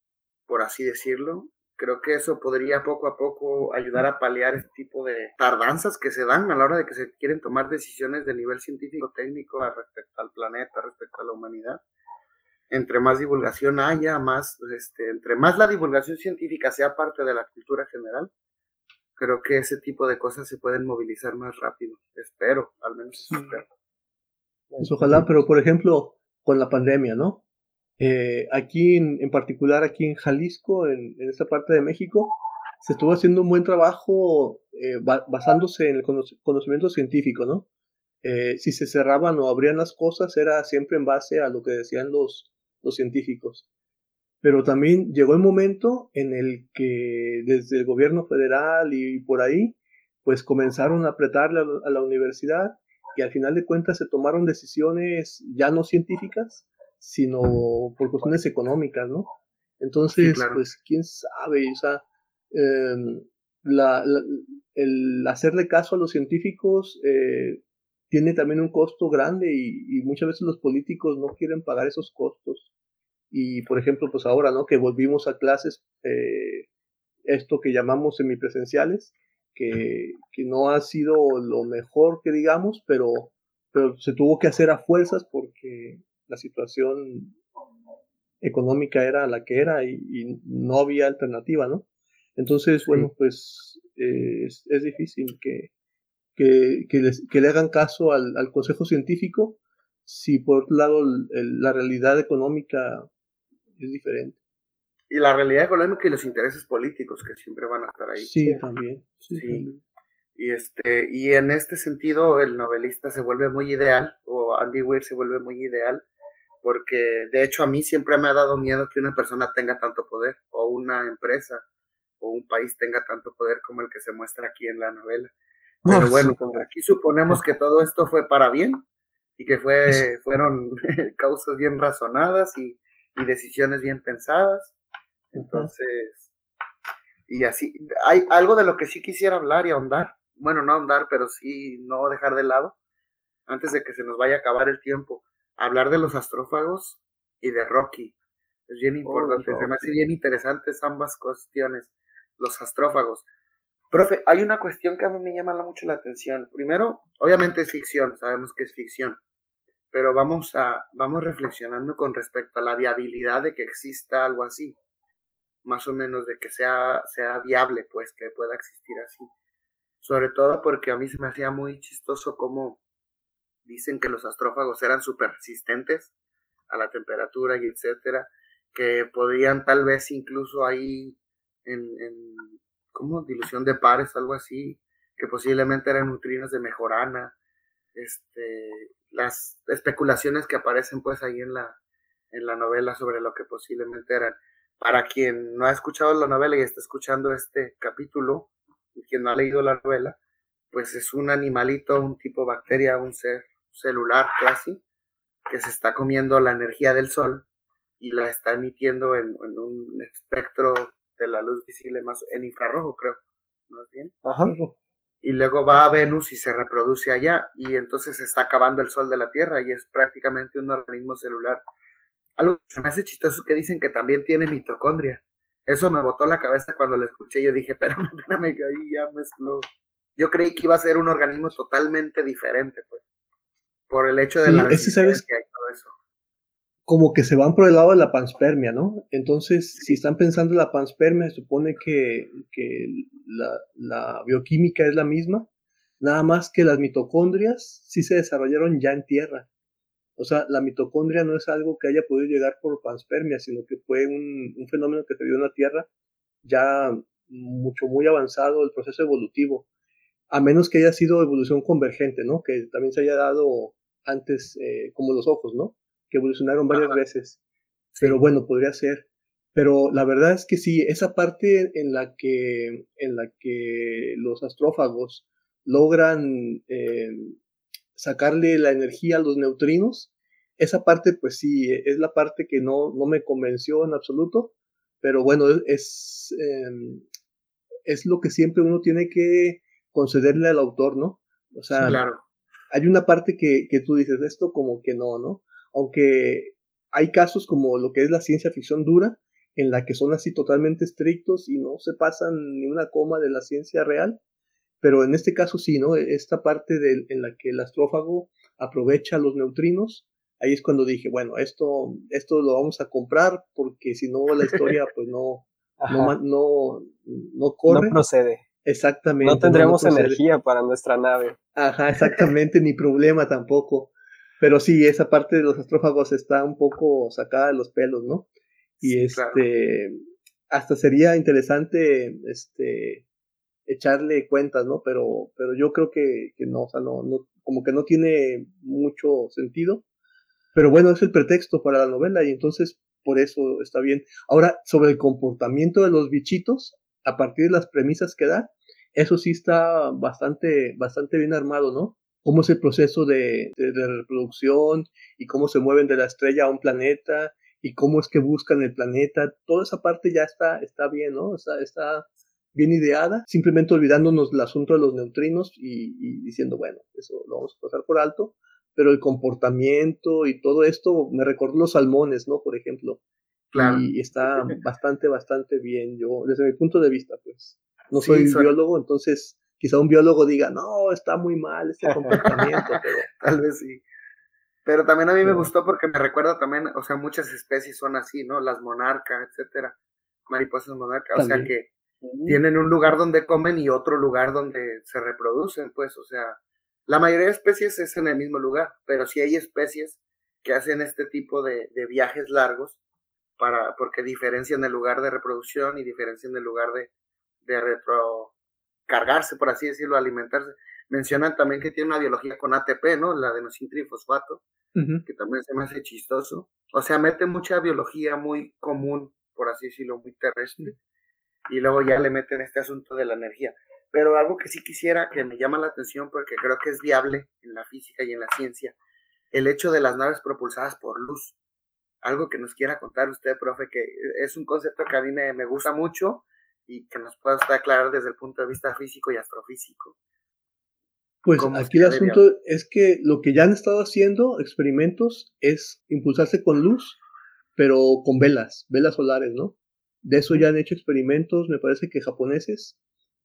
por así decirlo. Creo que eso podría poco a poco ayudar a paliar este tipo de tardanzas que se dan a la hora de que se quieren tomar decisiones de nivel científico-técnico respecto al planeta, respecto a la humanidad. Entre más divulgación haya, más, este, entre más la divulgación científica sea parte de la cultura general, creo que ese tipo de cosas se pueden movilizar más rápido. Espero, al menos eso espero. Pues ojalá, pero por ejemplo, con la pandemia, ¿no? Eh, aquí, en, en particular aquí en Jalisco, en, en esta parte de México, se estuvo haciendo un buen trabajo eh, ba- basándose en el cono- conocimiento científico, ¿no? Eh, si se cerraban o abrían las cosas, era siempre en base a lo que decían los, los científicos. Pero también llegó el momento en el que desde el gobierno federal y por ahí, pues comenzaron a apretarle a la, a la universidad y al final de cuentas se tomaron decisiones ya no científicas, sino por cuestiones económicas, ¿no? Entonces, sí, claro. Pues quién sabe, o sea, eh, la, la, el hacerle caso a los científicos eh, tiene también un costo grande y, y muchas veces los políticos no quieren pagar esos costos. Y por ejemplo, pues ahora, ¿no? Que volvimos a clases, eh, esto que llamamos semipresenciales, que, que no ha sido lo mejor que digamos, pero, pero se tuvo que hacer a fuerzas porque la situación económica era la que era y, y no había alternativa, ¿no? Entonces, sí. Bueno, pues eh, es, es difícil que, que, que, les, que le hagan caso al, al consejo científico si por otro lado el, el, la realidad económica es diferente. Y la realidad económica y los intereses políticos que siempre van a estar ahí. Sí, sí. también. Sí, sí. También. Y, este, y en este sentido el novelista se vuelve muy ideal, o Andy Weir se vuelve muy ideal, porque de hecho a mí siempre me ha dado miedo que una persona tenga tanto poder, o una empresa, o un país tenga tanto poder como el que se muestra aquí en la novela. Pero oh, bueno, sí, aquí suponemos que todo esto fue para bien, y que fue, fueron causas bien razonadas y, y decisiones bien pensadas. Entonces, y así, hay algo de lo que sí quisiera hablar y ahondar, bueno, no ahondar, pero sí no dejar de lado, antes de que se nos vaya a acabar el tiempo, hablar de los astrófagos y de Rocky, es bien importante, oh, se me hace bien interesantes ambas cuestiones, los astrófagos. Profe, hay una cuestión que a mí me llama mucho la atención, primero, obviamente es ficción, sabemos que es ficción, pero vamos a, vamos reflexionando con respecto a la viabilidad de que exista algo así. Más o menos de que sea, sea viable, pues, que pueda existir así. Sobre todo porque a mí se me hacía muy chistoso cómo dicen que los astrófagos eran súper resistentes a la temperatura y etcétera, que podían tal vez incluso ahí en, en ¿cómo? Dilución de pares, algo así, que posiblemente eran neutrinos de mejorana, este, las especulaciones que aparecen pues ahí en la, en la novela sobre lo que posiblemente eran. Para quien no ha escuchado la novela y está escuchando este capítulo, y quien no ha leído la novela, pues es un animalito, un tipo bacteria, un ser celular casi, que se está comiendo la energía del sol y la está emitiendo en, en un espectro de la luz visible más en infrarrojo, creo, más bien. Ajá. Y luego va a Venus y se reproduce allá, y entonces se está acabando el sol de la Tierra y es prácticamente un organismo celular. Algo que se me hace chistoso que dicen que también tiene mitocondria. Eso me botó la cabeza cuando lo escuché. Yo dije, espérame, espérame, que ahí ya mezcló. Yo creí que iba a ser un organismo totalmente diferente, pues, por el hecho de Sí, la ese, ¿sabes? resistencia y todo eso. Como que se van por el lado de la panspermia, ¿no? Entonces, Sí. si están pensando en la panspermia, se supone que, que la, la bioquímica es la misma, nada más que las mitocondrias sí se desarrollaron ya en tierra. O sea, la mitocondria no es algo que haya podido llegar por panspermia, sino que fue un, un fenómeno que se dio en la tierra ya mucho, muy avanzado el proceso evolutivo, a menos que haya sido evolución convergente, ¿no? Que también se haya dado antes, eh, como los ojos, ¿no? Que evolucionaron varias Ajá. veces. Sí. Pero bueno, podría ser. Pero la verdad es que sí, esa parte en la que, en la que los astrófagos logran eh, sacarle la energía a los neutrinos, esa parte pues sí, es la parte que no, no me convenció en absoluto, pero bueno, es, eh, es lo que siempre uno tiene que concederle al autor, ¿no? O sea, Sí, claro. hay una parte que, que tú dices, esto como que no, ¿no? Aunque hay casos como lo que es la ciencia ficción dura, en la que son así totalmente estrictos y no se pasan ni una coma de la ciencia real, pero en este caso sí, ¿no? Esta parte de, en la que el astrófago aprovecha los neutrinos, ahí es cuando dije, bueno, esto, esto lo vamos a comprar porque si no la historia pues no, no, Ajá. no, no No corre. procede. Exactamente. No tendremos no, no energía para nuestra nave. Ajá, exactamente, ni problema tampoco. Pero sí, esa parte de los astrófagos está un poco sacada de los pelos, ¿no? Y Sí, claro. este, hasta sería interesante, este, echarle cuentas, ¿no? Pero, pero yo creo que, que no, o sea, no, no, como que no tiene mucho sentido. Pero bueno, es el pretexto para la novela y entonces por eso está bien. Ahora, sobre el comportamiento de los bichitos, a partir de las premisas que da, eso sí está bastante, bastante bien armado, ¿no? Cómo es el proceso de, de, de reproducción y cómo se mueven de la estrella a un planeta y cómo es que buscan el planeta. Toda esa parte ya está, está bien, ¿no? Está, está bien ideada, simplemente olvidándonos del asunto de los neutrinos y, y diciendo, bueno, eso lo vamos a pasar por alto, pero el comportamiento y todo esto me recordó los salmones, ¿no? Por ejemplo, Claro. y está bastante, bastante bien. Yo, desde mi punto de vista, pues, no Sí, soy son- biólogo, entonces quizá un biólogo diga, no, está muy mal este comportamiento, pero Tal vez sí. Pero también a mí me no. gustó porque me recuerda también, o sea, muchas especies son así, ¿no? Las monarcas, etcétera. Mariposas monarcas, o sea También. que tienen un lugar donde comen y otro lugar donde se reproducen, pues, o sea, la mayoría de especies es en el mismo lugar, pero sí hay especies que hacen este tipo de, de viajes largos para, porque diferencian el lugar de reproducción y diferencian el lugar de, de retrocargarse, por así decirlo, alimentarse. Mencionan también que tiene una biología con A T P, ¿no? La adenosíntrifosfato, Uh-huh. que también se me hace chistoso. O sea, mete mucha biología muy común, por así decirlo, muy terrestre, y luego ya le meten este asunto de la energía. Pero algo que sí quisiera, que me llama la atención porque creo que es viable en la física y en la ciencia, el hecho de las naves propulsadas por luz. Algo que nos quiera contar usted, profe, que es un concepto que a mí me, me gusta mucho y que nos pueda usted aclarar desde el punto de vista físico y astrofísico. Pues ¿Cómo aquí el sería de viable? asunto es que lo que ya han estado haciendo experimentos es impulsarse con luz, pero con velas, velas solares, ¿no? De eso ya han hecho experimentos, me parece que japoneses,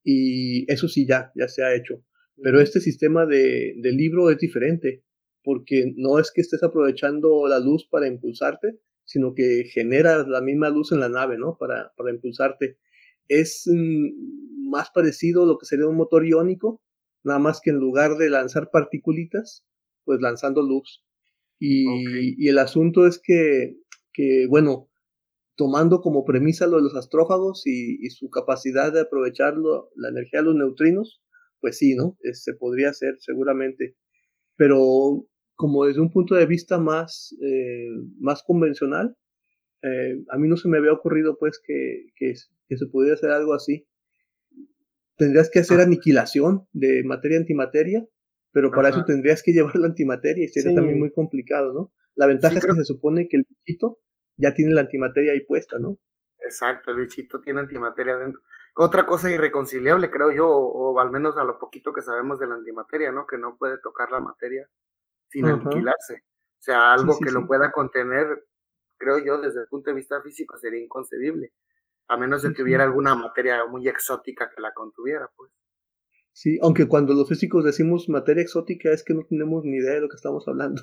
y eso sí ya, ya se ha hecho. Pero este sistema de, de libro es diferente, porque no es que estés aprovechando la luz para impulsarte, sino que generas la misma luz en la nave, ¿no? Para, para impulsarte. Es mm, más parecido a lo que sería un motor iónico, nada más que en lugar de lanzar partículitas, pues lanzando luz. Ok, Y, y el asunto es que, que, bueno, tomando como premisa lo de los astrófagos y, y su capacidad de aprovechar lo- la energía de los neutrinos, pues sí, ¿no? Es- se podría hacer seguramente. Pero como desde un punto de vista más, eh, más convencional, eh, a mí no se me había ocurrido pues que, que, que se pudiera hacer algo así. Tendrías que hacer aniquilación de materia antimateria, pero para Ajá. eso tendrías que llevar la antimateria y sería Sí. también muy complicado, ¿no? La ventaja Sí, es creo- que se supone que el bichito ya tiene la antimateria ahí puesta, ¿no? Exacto, el bichito tiene antimateria dentro. Otra cosa irreconciliable, creo yo, o, o al menos a lo poquito que sabemos de la antimateria, ¿no? Que no puede tocar la materia sin Ajá. aniquilarse. O sea, Sí, algo sí, que lo sí. pueda contener, creo yo, desde el punto de vista físico sería inconcebible, a menos de Sí, que sí. hubiera alguna materia muy exótica que la contuviera, pues. Sí, aunque cuando los físicos decimos materia exótica es que no tenemos ni idea de lo que estamos hablando.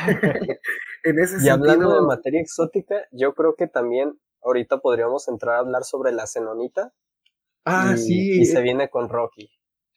En ese Y hablando de sentido, materia exótica, yo creo que también ahorita podríamos entrar a hablar sobre la xenonita Ah, y, sí, y se eh, viene con Rocky.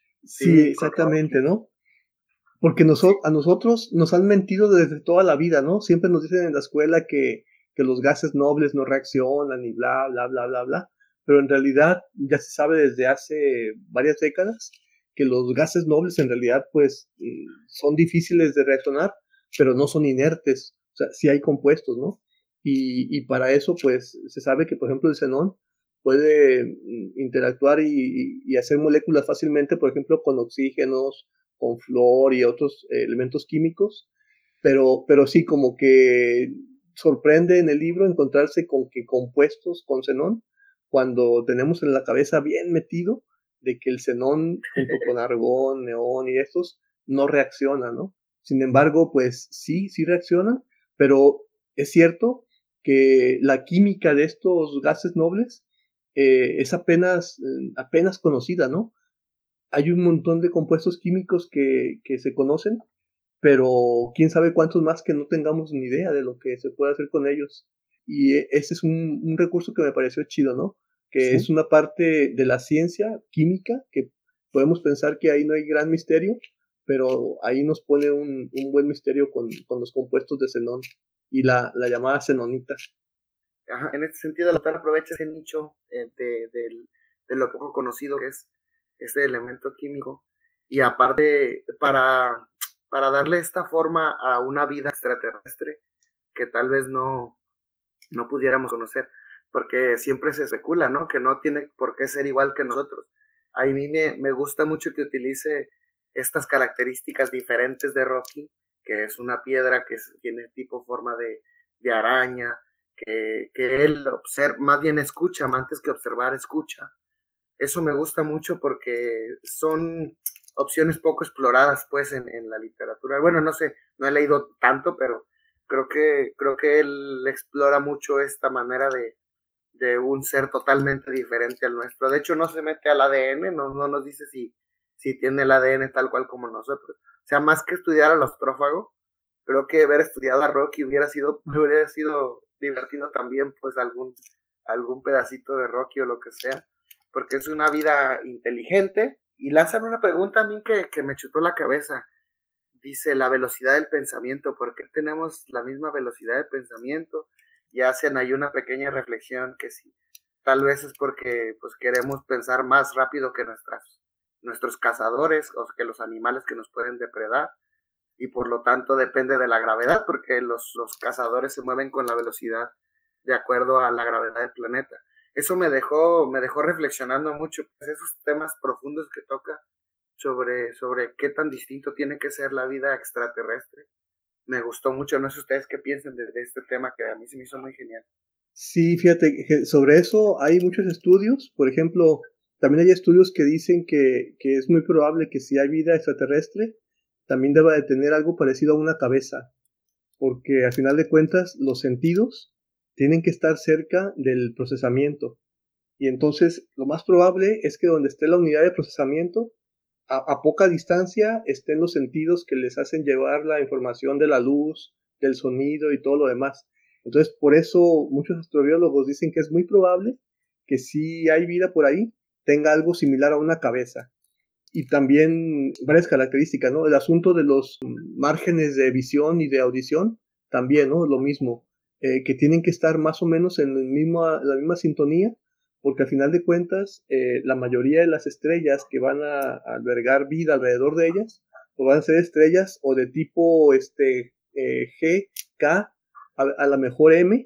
sí, sí, con exactamente, Rocky. ¿no? Porque Sí, noso- a nosotros nos han mentido desde toda la vida, ¿no? Siempre nos dicen en la escuela que, que los gases nobles no reaccionan y bla, bla, bla, bla, bla. Pero en realidad ya se sabe desde hace varias décadas que los gases nobles en realidad pues mm, son difíciles de reaccionar, pero no son inertes. O sea, sí hay compuestos, ¿no? Y, y para eso pues se sabe que por ejemplo el xenón puede mm, interactuar y, y- y hacer moléculas fácilmente, por ejemplo, con oxígenos, con flor y otros eh, elementos químicos, pero, pero sí como que sorprende en el libro encontrarse con que compuestos con xenón, cuando tenemos en la cabeza bien metido de que el xenón junto con argón, neón y estos no reaccionan, ¿no? Sin embargo, pues sí, sí reaccionan, pero es cierto que la química de estos gases nobles eh, es apenas, eh, apenas conocida, ¿no? Hay un montón de compuestos químicos que, que se conocen, pero quién sabe cuántos más que no tengamos ni idea de lo que se puede hacer con ellos. Y e- ese es un, un recurso que me pareció chido, ¿no? Que es Sí. una parte de la ciencia química que podemos pensar que ahí no hay gran misterio, pero ahí nos pone un, un buen misterio con, con los compuestos de xenón y la, la llamada xenonita. Ajá, en este sentido, el autor aprovecha ese nicho eh, de, de, de lo poco conocido que es este elemento químico y aparte para, para darle esta forma a una vida extraterrestre que tal vez no, no pudiéramos conocer, porque siempre se especula, ¿no? Que no tiene por qué ser igual que nosotros. A mí me, me gusta mucho que utilice estas características diferentes de Rocky, que es una piedra que es, tiene tipo forma de, de araña, que, que él observa, más bien escucha, más antes que observar, escucha. Eso me gusta mucho porque son opciones poco exploradas pues en, en la literatura. Bueno, no sé, no he leído tanto, pero creo que, creo que él explora mucho esta manera de, de un ser totalmente diferente al nuestro. De hecho, no se mete al A D N, no, no nos dice si, si tiene el A D N tal cual como nosotros. O sea, más que estudiar al astrófago, creo que haber estudiado a Rocky hubiera sido, hubiera sido divertido también, pues algún, algún pedacito de Rocky o lo que sea, porque es una vida inteligente. Y lanzan una pregunta a mí que, que me chutó la cabeza. Dice la velocidad del pensamiento, ¿por qué tenemos la misma velocidad de pensamiento? Y hacen ahí una pequeña reflexión que sí, tal vez es porque pues queremos pensar más rápido que nuestras, nuestros cazadores o que los animales que nos pueden depredar y por lo tanto depende de la gravedad porque los, los cazadores se mueven con la velocidad de acuerdo a la gravedad del planeta. Eso me dejó, me dejó reflexionando mucho, pues esos temas profundos que toca sobre, sobre qué tan distinto tiene que ser la vida extraterrestre. Me gustó mucho, no sé ustedes qué piensan de, de este tema que a mí se me hizo muy genial. Sí, fíjate, que sobre eso hay muchos estudios. Por ejemplo, también hay estudios que dicen que, que es muy probable que si hay vida extraterrestre, también deba de tener algo parecido a una cabeza, porque al final de cuentas los sentidos tienen que estar cerca del procesamiento. Y entonces lo más probable es que donde esté la unidad de procesamiento, a, a poca distancia estén los sentidos que les hacen llevar la información de la luz, del sonido y todo lo demás. Entonces, por eso muchos astrobiólogos dicen que es muy probable que si hay vida por ahí, tenga algo similar a una cabeza. Y también varias características, ¿no? El asunto de los márgenes de visión y de audición, también, ¿no? Lo mismo, eh, que tienen que estar más o menos en el mismo, la misma sintonía, porque al final de cuentas, eh, la mayoría de las estrellas que van a, a albergar vida alrededor de ellas, o van a ser estrellas o de tipo este, eh, G, K, a, a la mejor M,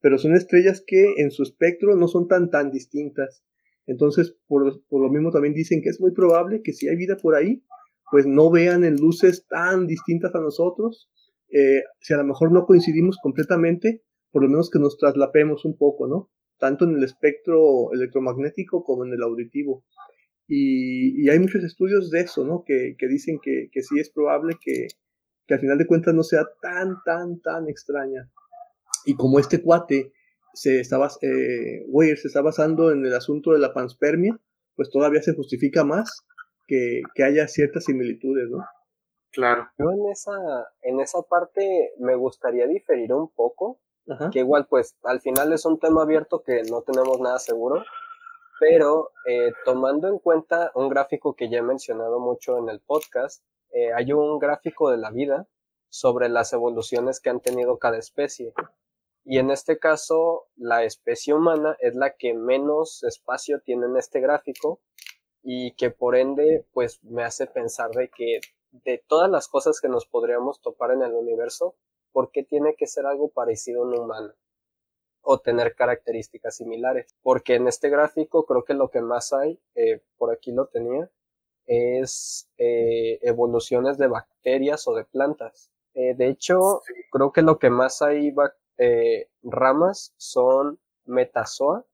pero son estrellas que en su espectro no son tan, tan distintas. Entonces, por, por lo mismo también dicen que es muy probable que si hay vida por ahí, pues no vean en luces tan distintas a nosotros. Eh, si a lo mejor no coincidimos completamente, por lo menos que nos traslapemos un poco, ¿no? Tanto en el espectro electromagnético como en el auditivo. Y, y hay muchos estudios de eso, ¿no? Que, que dicen que, que sí es probable que, que al final de cuentas no sea tan, tan, tan extraña. Y como este cuate se está, eh, Weir se está basando en el asunto de la panspermia, pues todavía se justifica más que, que haya ciertas similitudes, ¿no? Claro. Yo en esa, en esa parte me gustaría diferir un poco, Ajá. que igual pues al final es un tema abierto que no tenemos nada seguro, pero eh, tomando en cuenta un gráfico que ya he mencionado mucho en el podcast, eh, hay un gráfico de la vida sobre las evoluciones que han tenido cada especie. Y en este caso, la especie humana es la que menos espacio tiene en este gráfico y que por ende, pues me hace pensar de que de todas las cosas que nos podríamos topar en el universo, ¿por qué tiene que ser algo parecido a un humano? O tener características similares. Porque en este gráfico creo que lo que más hay, eh, por aquí lo tenía, es eh, evoluciones de bacterias o de plantas. Eh, de hecho, Sí. creo que lo que más hay eh, ramas son metazoa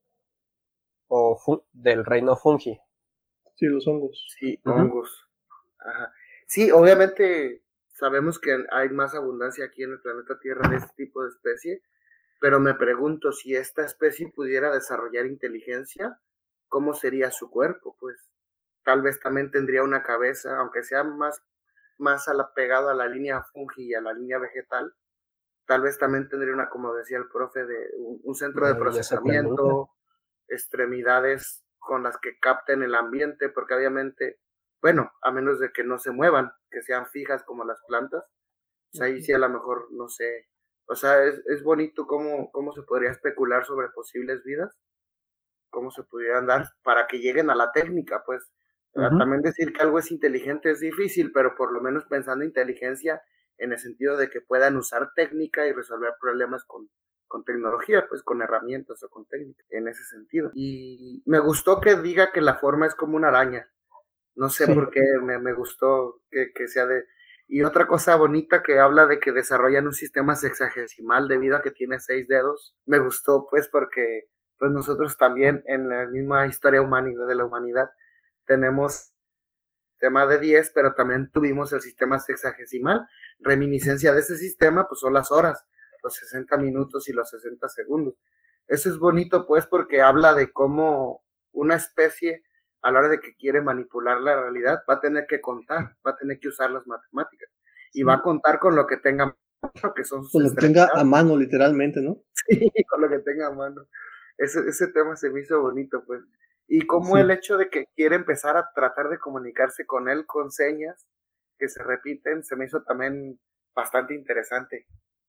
o fu- del reino fungi. Sí, los hongos. Sí, Ujú. hongos. Ajá. Sí, obviamente sabemos que hay más abundancia aquí en el planeta Tierra de este tipo de especie, pero me pregunto si esta especie pudiera desarrollar inteligencia, ¿cómo sería su cuerpo? Pues tal vez también tendría una cabeza, aunque sea más, más a la, pegado a la línea fungi y a la línea vegetal, tal vez también tendría una, como decía el profe, de un, un centro de Y esa pregunta. procesamiento, extremidades con las que capten el ambiente, porque obviamente, bueno, a menos de que no se muevan, que sean fijas como las plantas, pues ahí sí a lo mejor, no sé, o sea, es, es bonito cómo, cómo se podría especular sobre posibles vidas, cómo se pudieran dar para que lleguen a la técnica, pues. Uh-huh. También decir que algo es inteligente es difícil, pero por lo menos pensando inteligencia en el sentido de que puedan usar técnica y resolver problemas con, con tecnología, pues con herramientas o con técnica, en ese sentido. Y me gustó que diga que la forma es como una araña. No sé sí. por qué me, me gustó que, que sea de... Y otra cosa bonita que habla de que desarrollan un sistema sexagesimal debido a que tiene seis dedos. Me gustó pues porque pues nosotros también en la misma historia humanidad de la humanidad tenemos sistema de diez, pero también tuvimos el sistema sexagesimal. Reminiscencia de ese sistema pues son las horas, los sesenta minutos y los sesenta segundos. Eso es bonito pues porque habla de cómo una especie a la hora de que quiere manipular la realidad va a tener que contar, va a tener que usar las matemáticas y sí. va a contar con lo que tenga, que son sus con lo que tenga a mano literalmente, ¿no? Sí, con lo que tenga a mano. Ese, ese tema se me hizo bonito pues. Y como sí. el hecho de que quiere empezar a tratar de comunicarse con él con señas que se repiten, se me hizo también bastante interesante.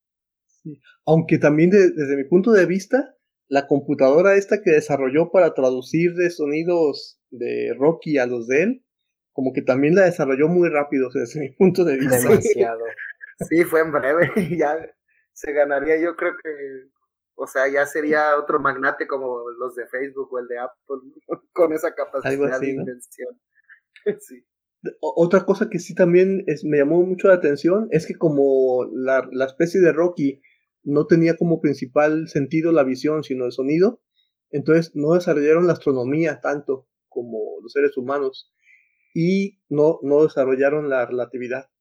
Sí. Aunque también de, desde mi punto de vista, la computadora esta que desarrolló para traducir de sonidos de Rocky a los de él, como que también la desarrolló muy rápido, o sea, desde mi punto de vista. Demasiado. Sí, fue en breve, ya se ganaría, yo creo que, o sea, ya sería otro magnate como los de Facebook o el de Apple, con esa capacidad Algo así, de ¿no? invención. Sí. Otra cosa que sí también es, me llamó mucho la atención es que como la, la especie de Rocky no tenía como principal sentido la visión, sino el sonido, entonces no desarrollaron la astronomía tanto como los seres humanos y no, no desarrollaron la relatividad.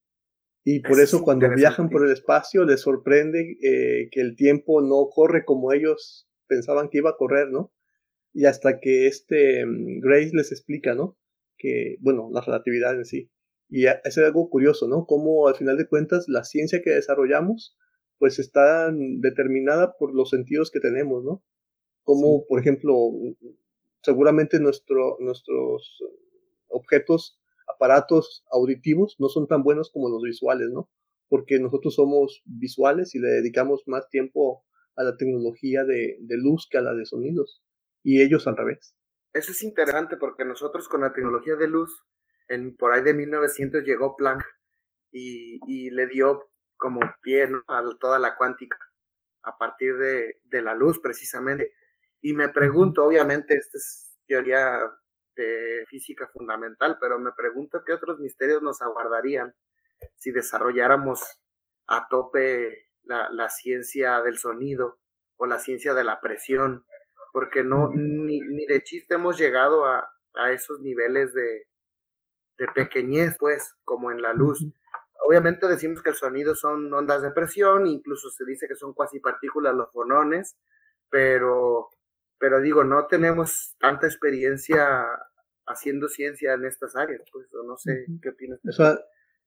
Y por eso, eso cuando viajan por el espacio les sorprende eh, que el tiempo no corre como ellos pensaban que iba a correr, ¿no? Y hasta que este um, Grace les explica, ¿no? Que, bueno, la relatividad en sí. Y es algo curioso, ¿no? Cómo al final de cuentas la ciencia que desarrollamos pues está determinada por los sentidos que tenemos, ¿no? Como, sí. por ejemplo, seguramente nuestro, nuestros objetos, aparatos auditivos no son tan buenos como los visuales, ¿no? Porque nosotros somos visuales y le dedicamos más tiempo a la tecnología de, de luz que a la de sonidos. Y ellos al revés. Eso es interesante porque nosotros con la tecnología de luz, en por ahí de mil novecientos llegó Planck y, y le dio como pie, ¿no?, a toda la cuántica, a partir de, de la luz precisamente. Y me pregunto, obviamente, esta es teoría de física fundamental, pero me pregunto qué otros misterios nos aguardarían si desarrolláramos a tope la, la ciencia del sonido o la ciencia de la presión, porque no, ni, ni de chiste hemos llegado a, a esos niveles de, de pequeñez, pues, como en la luz. Obviamente decimos que el sonido son ondas de presión, incluso se dice que son cuasi partículas los fonones, pero, pero digo, no tenemos tanta experiencia haciendo ciencia en estas áreas, pues, o no sé, ¿qué opinas? O sea,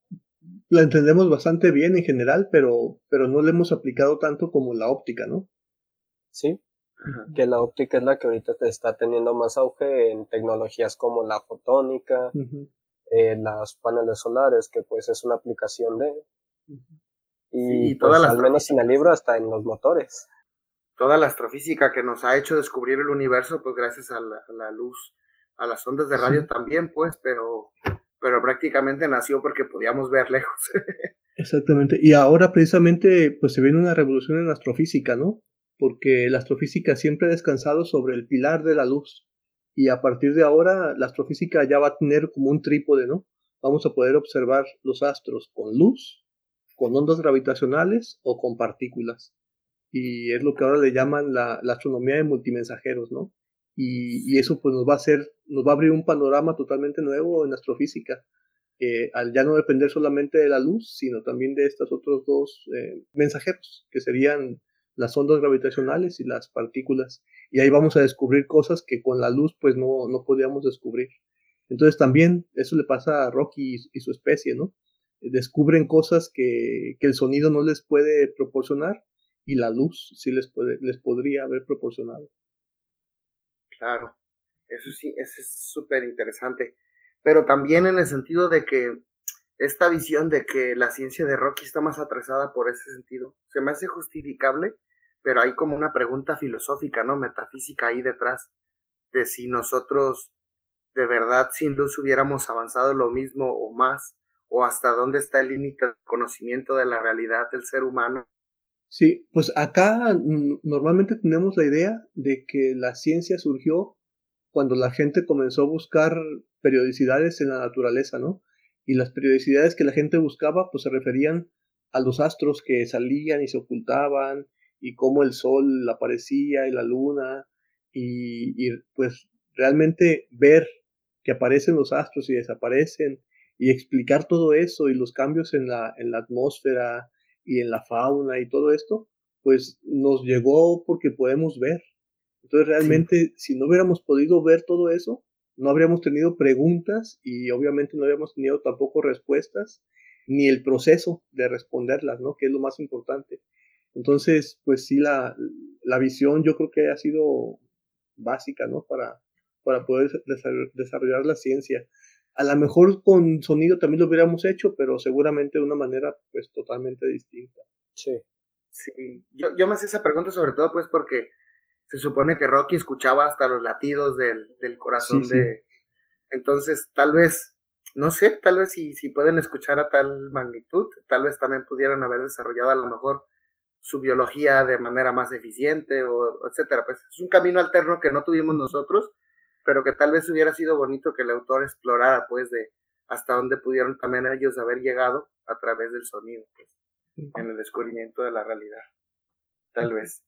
la entendemos bastante bien en general, pero, pero no la hemos aplicado tanto como la óptica, ¿no? Sí, Ajá. que la óptica es la que ahorita te está teniendo más auge en tecnologías como la fotónica, Uh-huh. eh, las paneles solares, que pues es una aplicación de... Uh-huh. Y, Sí, y pues toda la al menos en el astrofísica, libro hasta en los motores. toda la astrofísica que nos ha hecho descubrir el universo, pues gracias a la, a la luz, a las ondas de radio Sí. también, pues, pero, pero prácticamente nació porque podíamos ver lejos. Exactamente. Y ahora precisamente pues se viene una revolución en la astrofísica, ¿no? Porque la astrofísica siempre ha descansado sobre el pilar de la luz. Y a partir de ahora la astrofísica ya va a tener como un trípode, ¿no? Vamos a poder observar los astros con luz, con ondas gravitacionales o con partículas. Y es lo que ahora le llaman la, la astronomía de multimensajeros, ¿no? Y, y eso pues nos va a hacer, nos va a abrir un panorama totalmente nuevo en astrofísica. Eh, al ya no depender solamente de la luz, sino también de estos otros dos eh, mensajeros, que serían las ondas gravitacionales y las partículas. Y ahí vamos a descubrir cosas que con la luz pues no, no podíamos descubrir. Entonces también eso le pasa a Rocky y, y su especie, ¿no? Eh, descubren cosas que, que el sonido no les puede proporcionar y la luz sí les, puede, les podría haber proporcionado. Claro, eso sí, eso es súper interesante. Pero también en el sentido de que esta visión de que la ciencia de Rocky está más atrasada por ese sentido, se me hace justificable, pero hay como una pregunta filosófica, ¿no? Metafísica ahí detrás, de si nosotros de verdad sin luz hubiéramos avanzado lo mismo o más, o hasta dónde está el límite del conocimiento de la realidad del ser humano. Sí, pues acá mm, normalmente tenemos la idea de que la ciencia surgió cuando la gente comenzó a buscar periodicidades en la naturaleza, ¿no? Y las periodicidades que la gente buscaba, pues se referían a los astros que salían y se ocultaban, y cómo el sol aparecía y la luna, y, y pues realmente ver que aparecen los astros y desaparecen, y explicar todo eso y los cambios en la, en la atmósfera y en la fauna y todo esto, pues nos llegó porque podemos ver. Entonces realmente, sí, si no hubiéramos podido ver todo eso, no habríamos tenido preguntas y obviamente no habríamos tenido tampoco respuestas, ni el proceso de responderlas, ¿no? Que es lo más importante. Entonces, pues sí, la, la visión yo creo que ha sido básica, ¿no? Para, para poder desarrollar la ciencia. A lo mejor con sonido también lo hubiéramos hecho, pero seguramente de una manera pues totalmente distinta. Sí. Sí, yo, yo me hacía esa pregunta sobre todo pues porque se supone que Rocky escuchaba hasta los latidos del, del corazón Sí, de... sí. Entonces, tal vez, no sé, tal vez si, si pueden escuchar a tal magnitud, tal vez también pudieran haber desarrollado a lo mejor su biología de manera más eficiente, o etcétera. Pues es un camino alterno que no tuvimos nosotros, pero que tal vez hubiera sido bonito que el autor explorara, pues, de hasta dónde pudieron también ellos haber llegado a través del sonido, pues, en el descubrimiento de la realidad. Tal vez.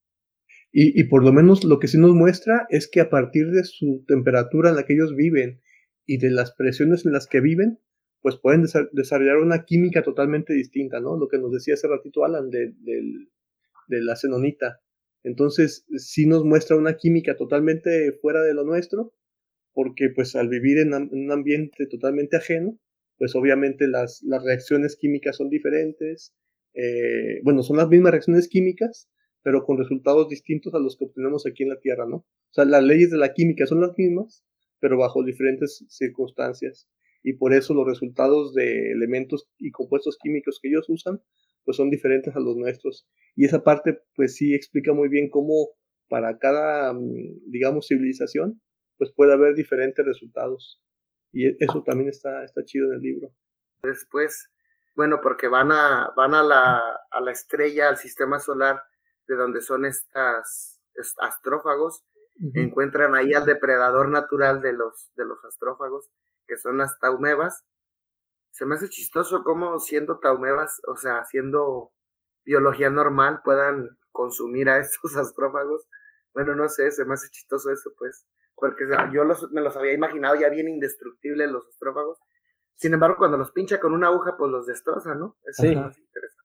Y, y por lo menos lo que sí nos muestra es que a partir de su temperatura en la que ellos viven y de las presiones en las que viven, pues pueden desa- desarrollar una química totalmente distinta, ¿no? Lo que nos decía hace ratito Alan de, de, de la xenonita. Entonces, sí nos muestra una química totalmente fuera de lo nuestro, porque pues al vivir en, en un ambiente totalmente ajeno, pues obviamente las, las reacciones químicas son diferentes, eh, bueno, son las mismas reacciones químicas, pero con resultados distintos a los que obtenemos aquí en la Tierra, ¿no? O sea, las leyes de la química son las mismas, pero bajo diferentes circunstancias. Y por eso los resultados de elementos y compuestos químicos que ellos usan, pues son diferentes a los nuestros. Y esa parte, pues sí explica muy bien cómo para cada, digamos, civilización, pues puede haber diferentes resultados. Y eso también está, está chido en el libro. Después, bueno, porque van a, van a la, a la estrella, al sistema solar, de donde son estas est- astrófagos, Ujú. encuentran ahí al depredador natural de los, de los astrófagos, que son las taumebas. Se me hace chistoso cómo siendo taumebas, o sea, siendo biología normal, puedan consumir a estos astrófagos. Bueno, no sé, se me hace chistoso eso, pues, porque o sea, yo los, me los había imaginado ya bien indestructibles los astrófagos. Sin embargo, cuando los pincha con una aguja, pues los destroza, ¿no? Eso Sí. es más interesante.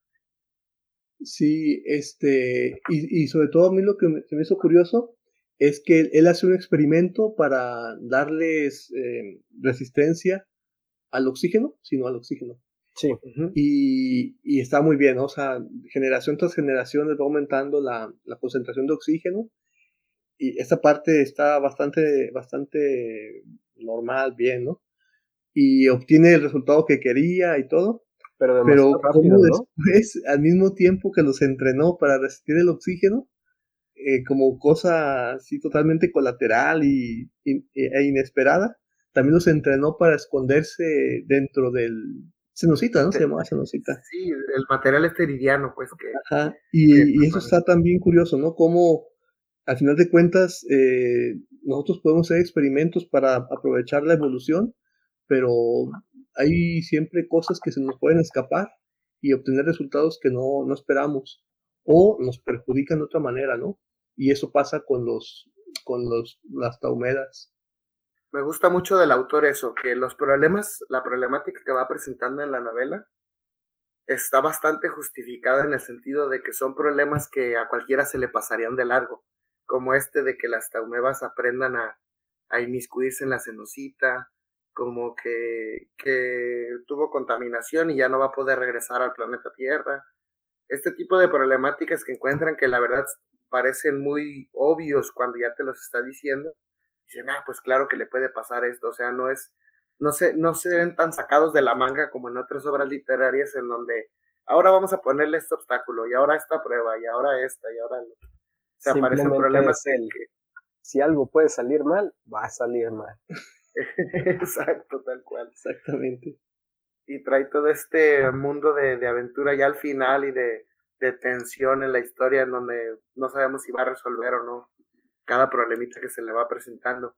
Sí, este, y, y sobre todo a mí lo que me, se me hizo curioso es que él, él hace un experimento para darles eh, resistencia al oxígeno, sino al oxígeno. Sí. Uh-huh. Y, y está muy bien, ¿no? O sea, generación tras generación les va aumentando la, la concentración de oxígeno y esta parte está bastante, bastante normal, bien, ¿no? Y obtiene el resultado que quería y todo. Pero Pero demasiado rápido, como ¿no? después, al mismo tiempo que los entrenó para resistir el oxígeno, eh, como cosa así totalmente colateral y, y- e inesperada, también los entrenó para esconderse dentro del cenocita, ¿no? Se llamaba cenocita. Sí, el material esteridiano, pues, que, Ajá. que Y, y eso forman. está también curioso, ¿no? Como al final de cuentas eh, nosotros podemos hacer experimentos para aprovechar la evolución, pero hay siempre cosas que se nos pueden escapar y obtener resultados que no, no esperamos o nos perjudican de otra manera, ¿no? Y eso pasa con los con los las taumedas. Me gusta mucho del autor eso, que los problemas, la problemática que va presentando en la novela está bastante justificada en el sentido de que son problemas que a cualquiera se le pasarían de largo, como este de que las taumebas aprendan a, a inmiscuirse en la cenocita, como que, que tuvo contaminación y ya no va a poder regresar al planeta Tierra. Este tipo de problemáticas que encuentran que la verdad parecen muy obvios cuando ya te los está diciendo, dicen, ah, pues claro que le puede pasar esto, o sea, no es, no se, no se ven tan sacados de la manga como en otras obras literarias en donde ahora vamos a ponerle este obstáculo, y ahora esta prueba, y ahora esta, y ahora lo. O sea, aparecen Simplemente problemas es que, el, que si algo puede salir mal, va a salir mal. exacto, tal cual. Exactamente. Y trae todo este mundo de, de aventura ya al final y de, de tensión en la historia en donde no sabemos si va a resolver o no cada problemita que se le va presentando.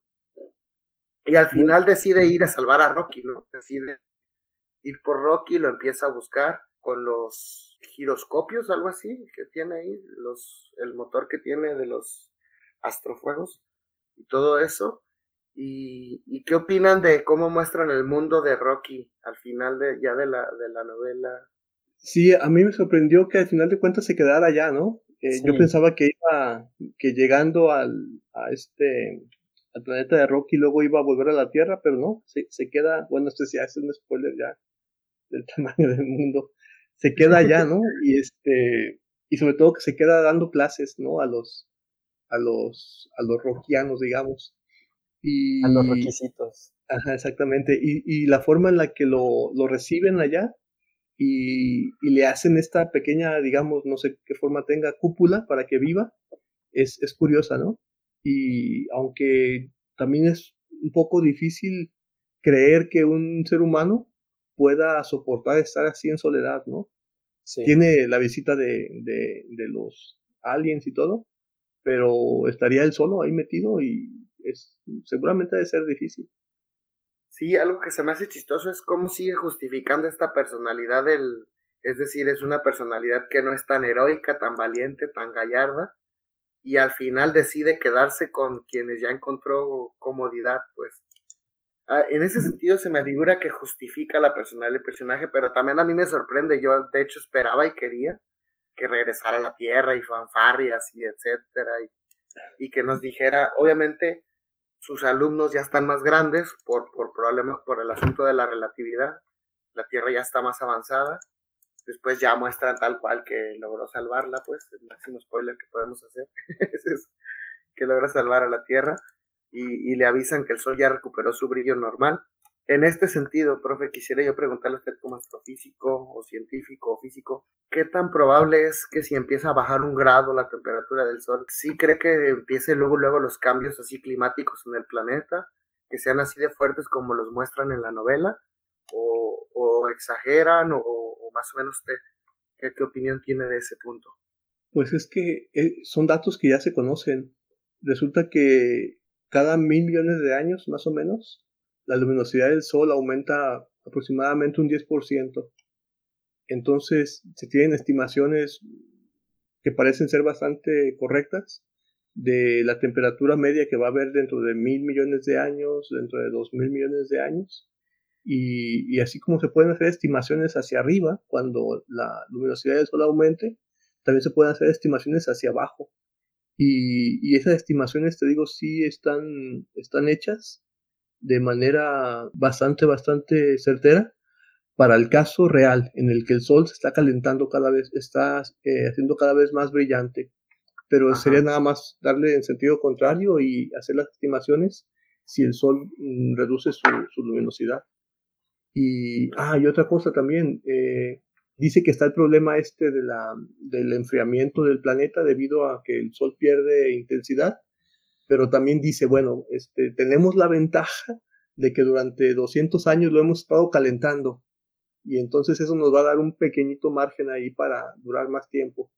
Y al Muy- final decide ir a salvar a Rocky, ¿no? Decide ir por Rocky, lo empieza a buscar con los giroscopios, algo así, que tiene ahí, los, el motor que tiene de los astrofuegos y todo eso. ¿Y, y qué opinan de cómo muestran el mundo de Rocky al final de, ya de la, de la novela? Sí, a mí me sorprendió que al final de cuentas se quedara allá, ¿no? Eh, yo Sí. pensaba que iba, que llegando al, a este, al planeta de Rocky luego iba a volver a la Tierra, pero no, se, se queda, bueno, esto ya es un spoiler ya del tamaño del mundo, se queda allá, ¿no? Y este, y sobre todo que se queda dando clases, ¿no? A los, a los, a los rockianos, digamos. A los Y, requisitos. ajá, exactamente, y, y la forma en la que lo, lo reciben allá y, y le hacen esta pequeña, digamos, no sé qué forma tenga, cúpula para que viva, es, es curiosa, ¿no? Y aunque también es un poco difícil creer que un ser humano pueda soportar estar así en soledad, ¿no? Sí. Tiene la visita de, de, de los aliens y todo, pero estaría él solo ahí metido y es, seguramente debe ser difícil. Sí, algo que se me hace chistoso es cómo sigue justificando esta personalidad del, es decir, es una personalidad que no es tan heroica, tan valiente, tan gallarda, y al final decide quedarse con quienes ya encontró comodidad, pues. Ah, en ese sentido se me figura que justifica la personalidad del personaje, pero también a mí me sorprende, yo de hecho esperaba y quería que regresara a la Tierra y fanfarrias y etcétera, y, y que nos dijera, obviamente, sus alumnos ya están más grandes por, por problemas, por el asunto de la relatividad, la Tierra ya está más avanzada, después ya muestran tal cual que logró salvarla, pues, el máximo spoiler que podemos hacer, es que logra salvar a la Tierra, y, y le avisan que el Sol ya recuperó su brillo normal. En este sentido, profe, quisiera yo preguntarle a usted como astrofísico o científico o físico, ¿qué tan probable es que si empieza a bajar un grado la temperatura del Sol, sí cree que empiece luego luego los cambios así climáticos en el planeta, que sean así de fuertes como los muestran en la novela, o, o exageran, o, o más o menos usted, ¿qué, qué opinión tiene de ese punto? Pues es que eh, son datos que ya se conocen. Resulta que cada mil millones de años, más o menos, la luminosidad del Sol aumenta aproximadamente un diez por ciento. Entonces, se tienen estimaciones que parecen ser bastante correctas de la temperatura media que va a haber dentro de mil millones de años, dentro de dos mil millones de años. Y, y así como se pueden hacer estimaciones hacia arriba cuando la luminosidad del Sol aumente, también se pueden hacer estimaciones hacia abajo. Y, y esas estimaciones, te digo, sí están, están hechas de manera bastante, bastante certera para el caso real en el que el Sol se está calentando cada vez, está eh, haciendo cada vez más brillante. Pero Ajá. sería nada más darle en sentido contrario y hacer las estimaciones si el Sol mm, reduce su, su luminosidad. Y, ah, y otra cosa también, eh, dice que está el problema este de la, del enfriamiento del planeta debido a que el Sol pierde intensidad, pero también dice, bueno, este, tenemos la ventaja de que durante doscientos años lo hemos estado calentando y entonces eso nos va a dar un pequeñito margen ahí para durar más tiempo.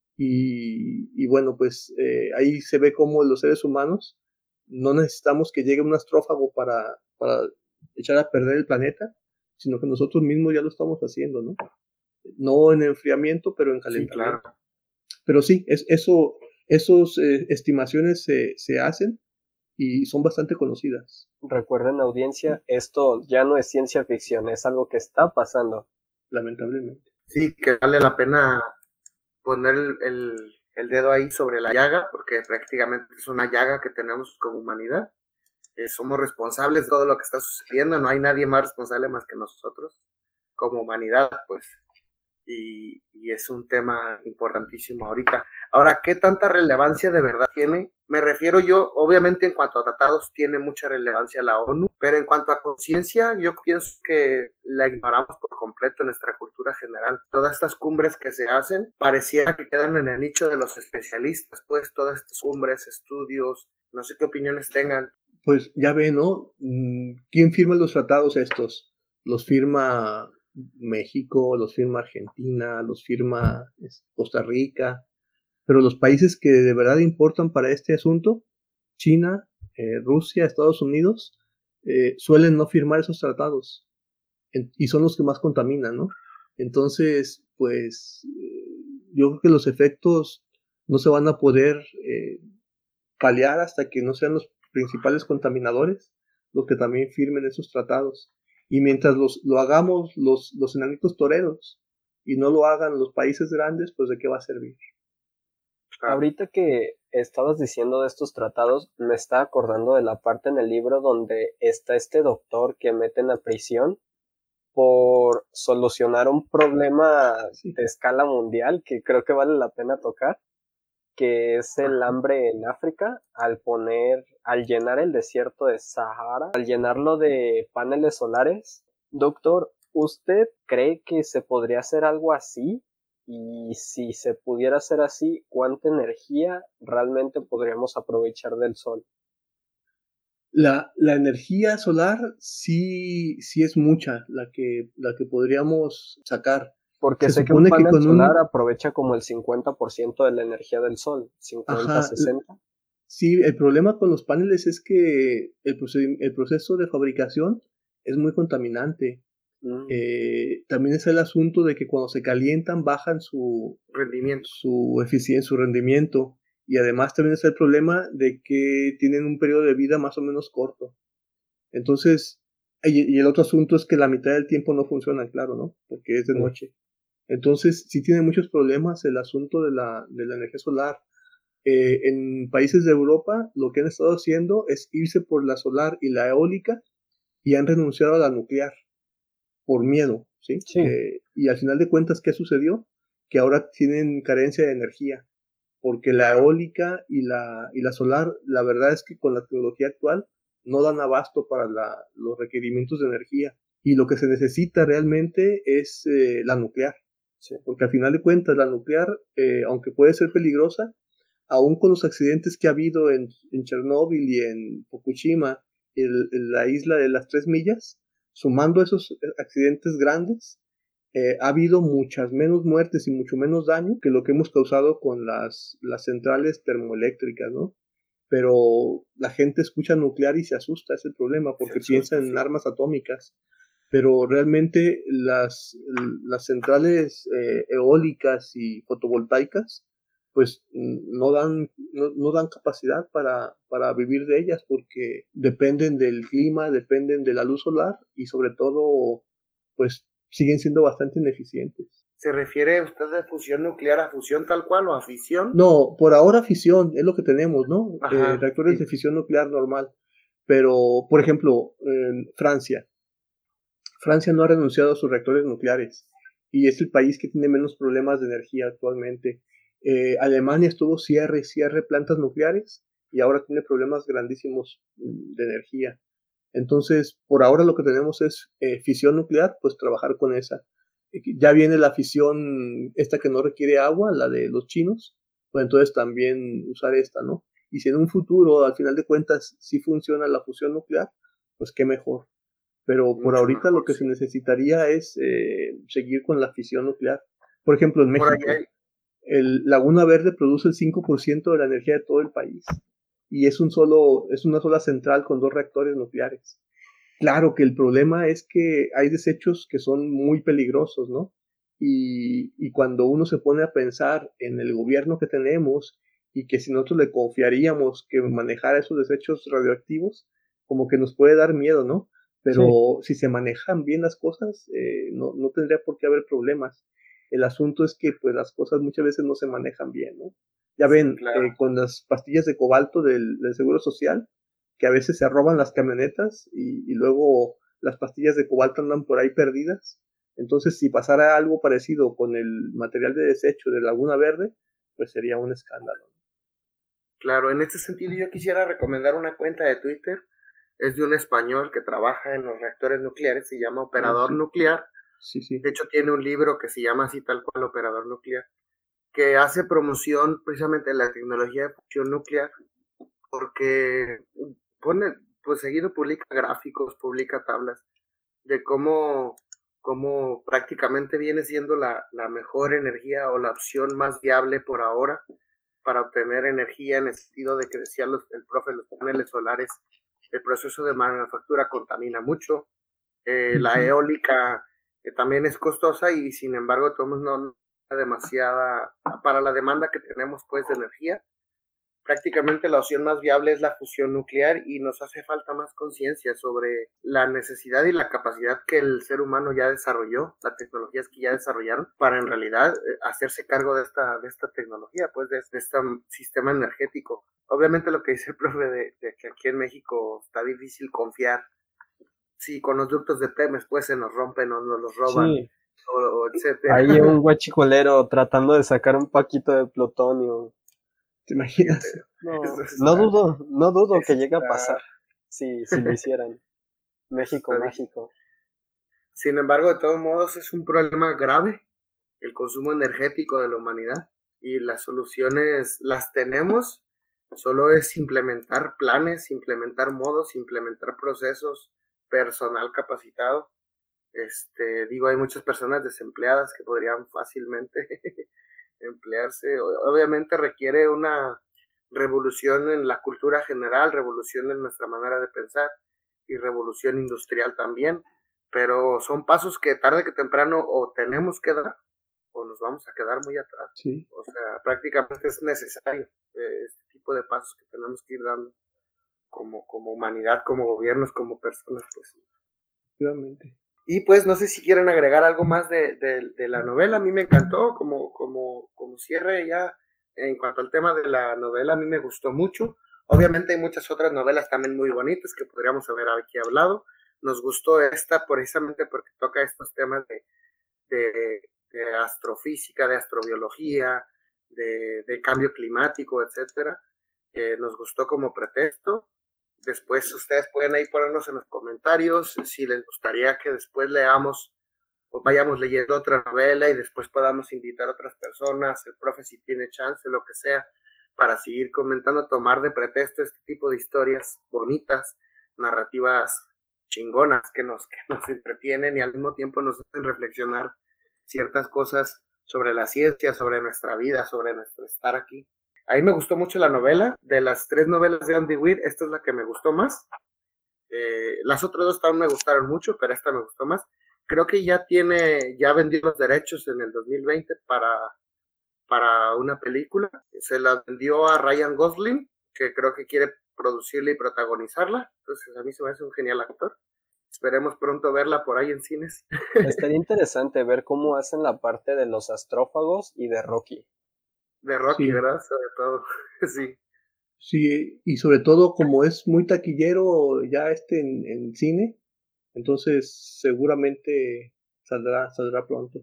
Y, y bueno, pues eh, ahí se ve cómo los seres humanos no necesitamos que llegue un astrófago para, para echar a perder el planeta, sino que nosotros mismos ya lo estamos haciendo, ¿no? No en enfriamiento, pero en calentamiento. Sí, claro. Pero sí, es, eso, esos eh, estimaciones se, se hacen y son bastante conocidas. Recuerden, audiencia, esto ya no es ciencia ficción, es algo que está pasando. Lamentablemente. Sí, que vale la pena poner el, el, el dedo ahí sobre la llaga, porque prácticamente es una llaga que tenemos como humanidad. Eh, somos responsables de todo lo que está sucediendo, no hay nadie más responsable más que nosotros como humanidad, pues, y, y es un tema importantísimo ahorita. Ahora, ¿qué tanta relevancia de verdad tiene? Me refiero yo, obviamente en cuanto a tratados tiene mucha relevancia la ONU, pero en cuanto a conciencia, yo pienso que la ignoramos por completo en nuestra cultura general. Todas estas cumbres que se hacen, pareciera que quedan en el nicho de los especialistas, pues todas estas cumbres, estudios, no sé qué opiniones tengan. Pues ya ve, ¿no? ¿Quién firma los tratados estos? Los firma México, los firma Argentina, los firma Costa Rica, pero los países que de verdad importan para este asunto, China, eh, Rusia, Estados Unidos, eh, suelen no firmar esos tratados en, y son los que más contaminan, ¿no? Entonces, pues yo creo que los efectos no se van a poder eh, paliar hasta que no sean los principales contaminadores los que también firmen esos tratados. Y mientras los, lo hagamos los, los enanitos toreros y no lo hagan los países grandes, pues ¿de qué va a servir? Ahorita que estabas diciendo de estos tratados, me está acordando de la parte en el libro donde está este doctor que meten a prisión por solucionar un problema sí. de escala mundial que creo que vale la pena tocar, que es el hambre en África, al poner, al llenar el desierto de Sahara, al llenarlo de paneles solares. Doctor, ¿usted cree que se podría hacer algo así? Y si se pudiera hacer así, ¿cuánta energía realmente podríamos aprovechar del sol? La, la energía solar sí, sí es mucha, la que, la que podríamos sacar. Porque se sé que un panel que solar un... aprovecha como el cincuenta por ciento de la energía del sol, cincuenta, sesenta. Sí, el problema con los paneles es que el, proced- el proceso de fabricación es muy contaminante. Mm. Eh, también es el asunto de que cuando se calientan bajan su rendimiento, su eficiencia, su rendimiento. Y además también es el problema de que tienen un periodo de vida más o menos corto. Entonces, y, y el otro asunto es que la mitad del tiempo no funcionan, claro, ¿no? Porque es de noche. Entonces, sí tiene muchos problemas el asunto de la, de la energía solar. Eh, en países de Europa, lo que han estado haciendo es irse por la solar y la eólica y han renunciado a la nuclear por miedo, ¿sí? Sí. Eh, y al final de cuentas, ¿qué sucedió? Que ahora tienen carencia de energía, porque la eólica y la, y la solar, la verdad es que con la tecnología actual no dan abasto para la, los requerimientos de energía. Y lo que se necesita realmente es eh, la nuclear. Sí. Porque al final de cuentas la nuclear, eh, aunque puede ser peligrosa, aún con los accidentes que ha habido en, en Chernóbil y en Fukushima, el, en la isla de las tres millas, sumando esos accidentes grandes, eh, ha habido muchas menos muertes y mucho menos daño que lo que hemos causado con las, las centrales termoeléctricas, ¿no? Pero la gente escucha nuclear y se asusta, es el problema, porque Se piensa asusta, en sí. armas atómicas. Pero realmente las, las centrales eh, eólicas y fotovoltaicas pues no dan, no, no dan capacidad para, para vivir de ellas porque dependen del clima, dependen de la luz solar y sobre todo pues siguen siendo bastante ineficientes. ¿Se refiere usted de fusión nuclear a fusión tal cual o a fisión? No, por ahora fisión es lo que tenemos, ¿no? Ajá, Eh, reactores sí. de fisión nuclear normal. Pero, por ejemplo, en Francia, Francia no ha renunciado a sus reactores nucleares y es el país que tiene menos problemas de energía actualmente. Eh, Alemania estuvo cierre y cierre plantas nucleares y ahora tiene problemas grandísimos de energía. Entonces, por ahora lo que tenemos es eh, fisión nuclear, pues trabajar con esa. Ya viene la fisión, esta que no requiere agua, la de los chinos, pues entonces también usar esta, ¿no? Y si en un futuro, al final de cuentas, sí funciona la fusión nuclear, pues qué mejor. Pero por Mucho ahorita mejor, lo que sí. se necesitaría es eh, seguir con la fisión nuclear. Por ejemplo, en Por ahí México, hay, el Laguna Verde produce el cinco por ciento de la energía de todo el país y es, un solo, es una sola central con dos reactores nucleares. Claro que el problema es que hay desechos que son muy peligrosos, ¿no? Y, y cuando uno se pone a pensar en el gobierno que tenemos y que si nosotros le confiaríamos que manejara esos desechos radioactivos, como que nos puede dar miedo, ¿no? Pero sí. Si se manejan bien las cosas, eh, no, no tendría por qué haber problemas. El asunto es que pues las cosas muchas veces no se manejan bien, ¿no? Ya sí, ven, claro. eh, con las pastillas de cobalto del, del Seguro Social, que a veces se roban las camionetas y, y luego las pastillas de cobalto andan por ahí perdidas. Entonces, si pasara algo parecido con el material de desecho de Laguna Verde, pues sería un escándalo. Claro, en este sentido yo quisiera recomendar una cuenta de Twitter. Es de un español que trabaja en los reactores nucleares, se llama Operador Oh, sí. Nuclear. Sí, sí. De hecho, tiene un libro que se llama así tal cual, Operador Nuclear, que hace promoción precisamente de la tecnología de fusión nuclear, porque pone, pues seguido publica gráficos, publica tablas de cómo, cómo prácticamente viene siendo la, la mejor energía o la opción más viable por ahora para obtener energía, en el sentido de que decía los, el profe, los paneles solares, el proceso de manufactura contamina mucho, eh, la eólica eh, también es costosa y sin embargo tomamos no demasiada para la demanda que tenemos pues de energía. Prácticamente la opción más viable es la fusión nuclear y nos hace falta más conciencia sobre la necesidad y la capacidad que el ser humano ya desarrolló, las tecnologías que ya desarrollaron para en realidad eh, hacerse cargo de esta, de esta tecnología, pues de, de este sistema energético. Obviamente lo que dice el profe de, de que aquí en México está difícil confiar. Si con los ductos de Pemex pues se nos rompen o nos los roban, Sí, o, o etcétera. hay un guachicolero tratando de sacar un paquito de plutonio. ¿Te imaginas? No, Eso no está, dudo, no dudo eso que llegue a está, pasar si, si lo hicieran. eso México está difícil. mágico. Sin embargo, de todos modos es un problema grave el consumo energético de la humanidad y las soluciones las tenemos, solo es implementar planes, implementar modos, implementar procesos, personal capacitado. Este, digo, hay muchas personas desempleadas que podrían fácilmente emplearse. Obviamente requiere una revolución en la cultura general, revolución en nuestra manera de pensar y revolución industrial también, pero son pasos que tarde que temprano o tenemos que dar o nos vamos a quedar muy atrás. Sí. O sea, prácticamente es necesario eh, este tipo de pasos que tenemos que ir dando como, como humanidad, como gobiernos, como personas, pues. Realmente. Y pues no sé si quieren agregar algo más de, de, de la novela. A mí me encantó como, como, como cierre ya en cuanto al tema de la novela. A mí me gustó mucho. Obviamente hay muchas otras novelas también muy bonitas que podríamos haber aquí hablado. Nos gustó esta precisamente porque toca estos temas de, de, de astrofísica, de astrobiología, de, de cambio climático, etcétera. Eh, nos gustó como pretexto. Después ustedes pueden ahí ponernos en los comentarios si les gustaría que después leamos o vayamos leyendo otra novela y después podamos invitar a otras personas, el profe si tiene chance, lo que sea, para seguir comentando, tomar de pretexto este tipo de historias bonitas, narrativas chingonas que nos, que nos entretienen y al mismo tiempo nos hacen reflexionar ciertas cosas sobre la ciencia, sobre nuestra vida, sobre nuestro estar aquí. A mí me gustó mucho la novela. De las tres novelas de Andy Weir, esta es la que me gustó más. Eh, las otras dos también me gustaron mucho, pero esta me gustó más. Creo que ya tiene, ya vendió los derechos en el dos mil veinte para, para una película. Se la vendió a Ryan Gosling, que creo que quiere producirla y protagonizarla. Entonces a mí se me hace un genial actor. Esperemos pronto verla por ahí en cines. Estaría interesante ver cómo hacen la parte de los astrófagos y de Rocky. De Rocky, Sí. ¿verdad? Sobre todo, sí. Sí, y sobre todo como es muy taquillero ya este en, en cine, entonces seguramente saldrá, saldrá pronto.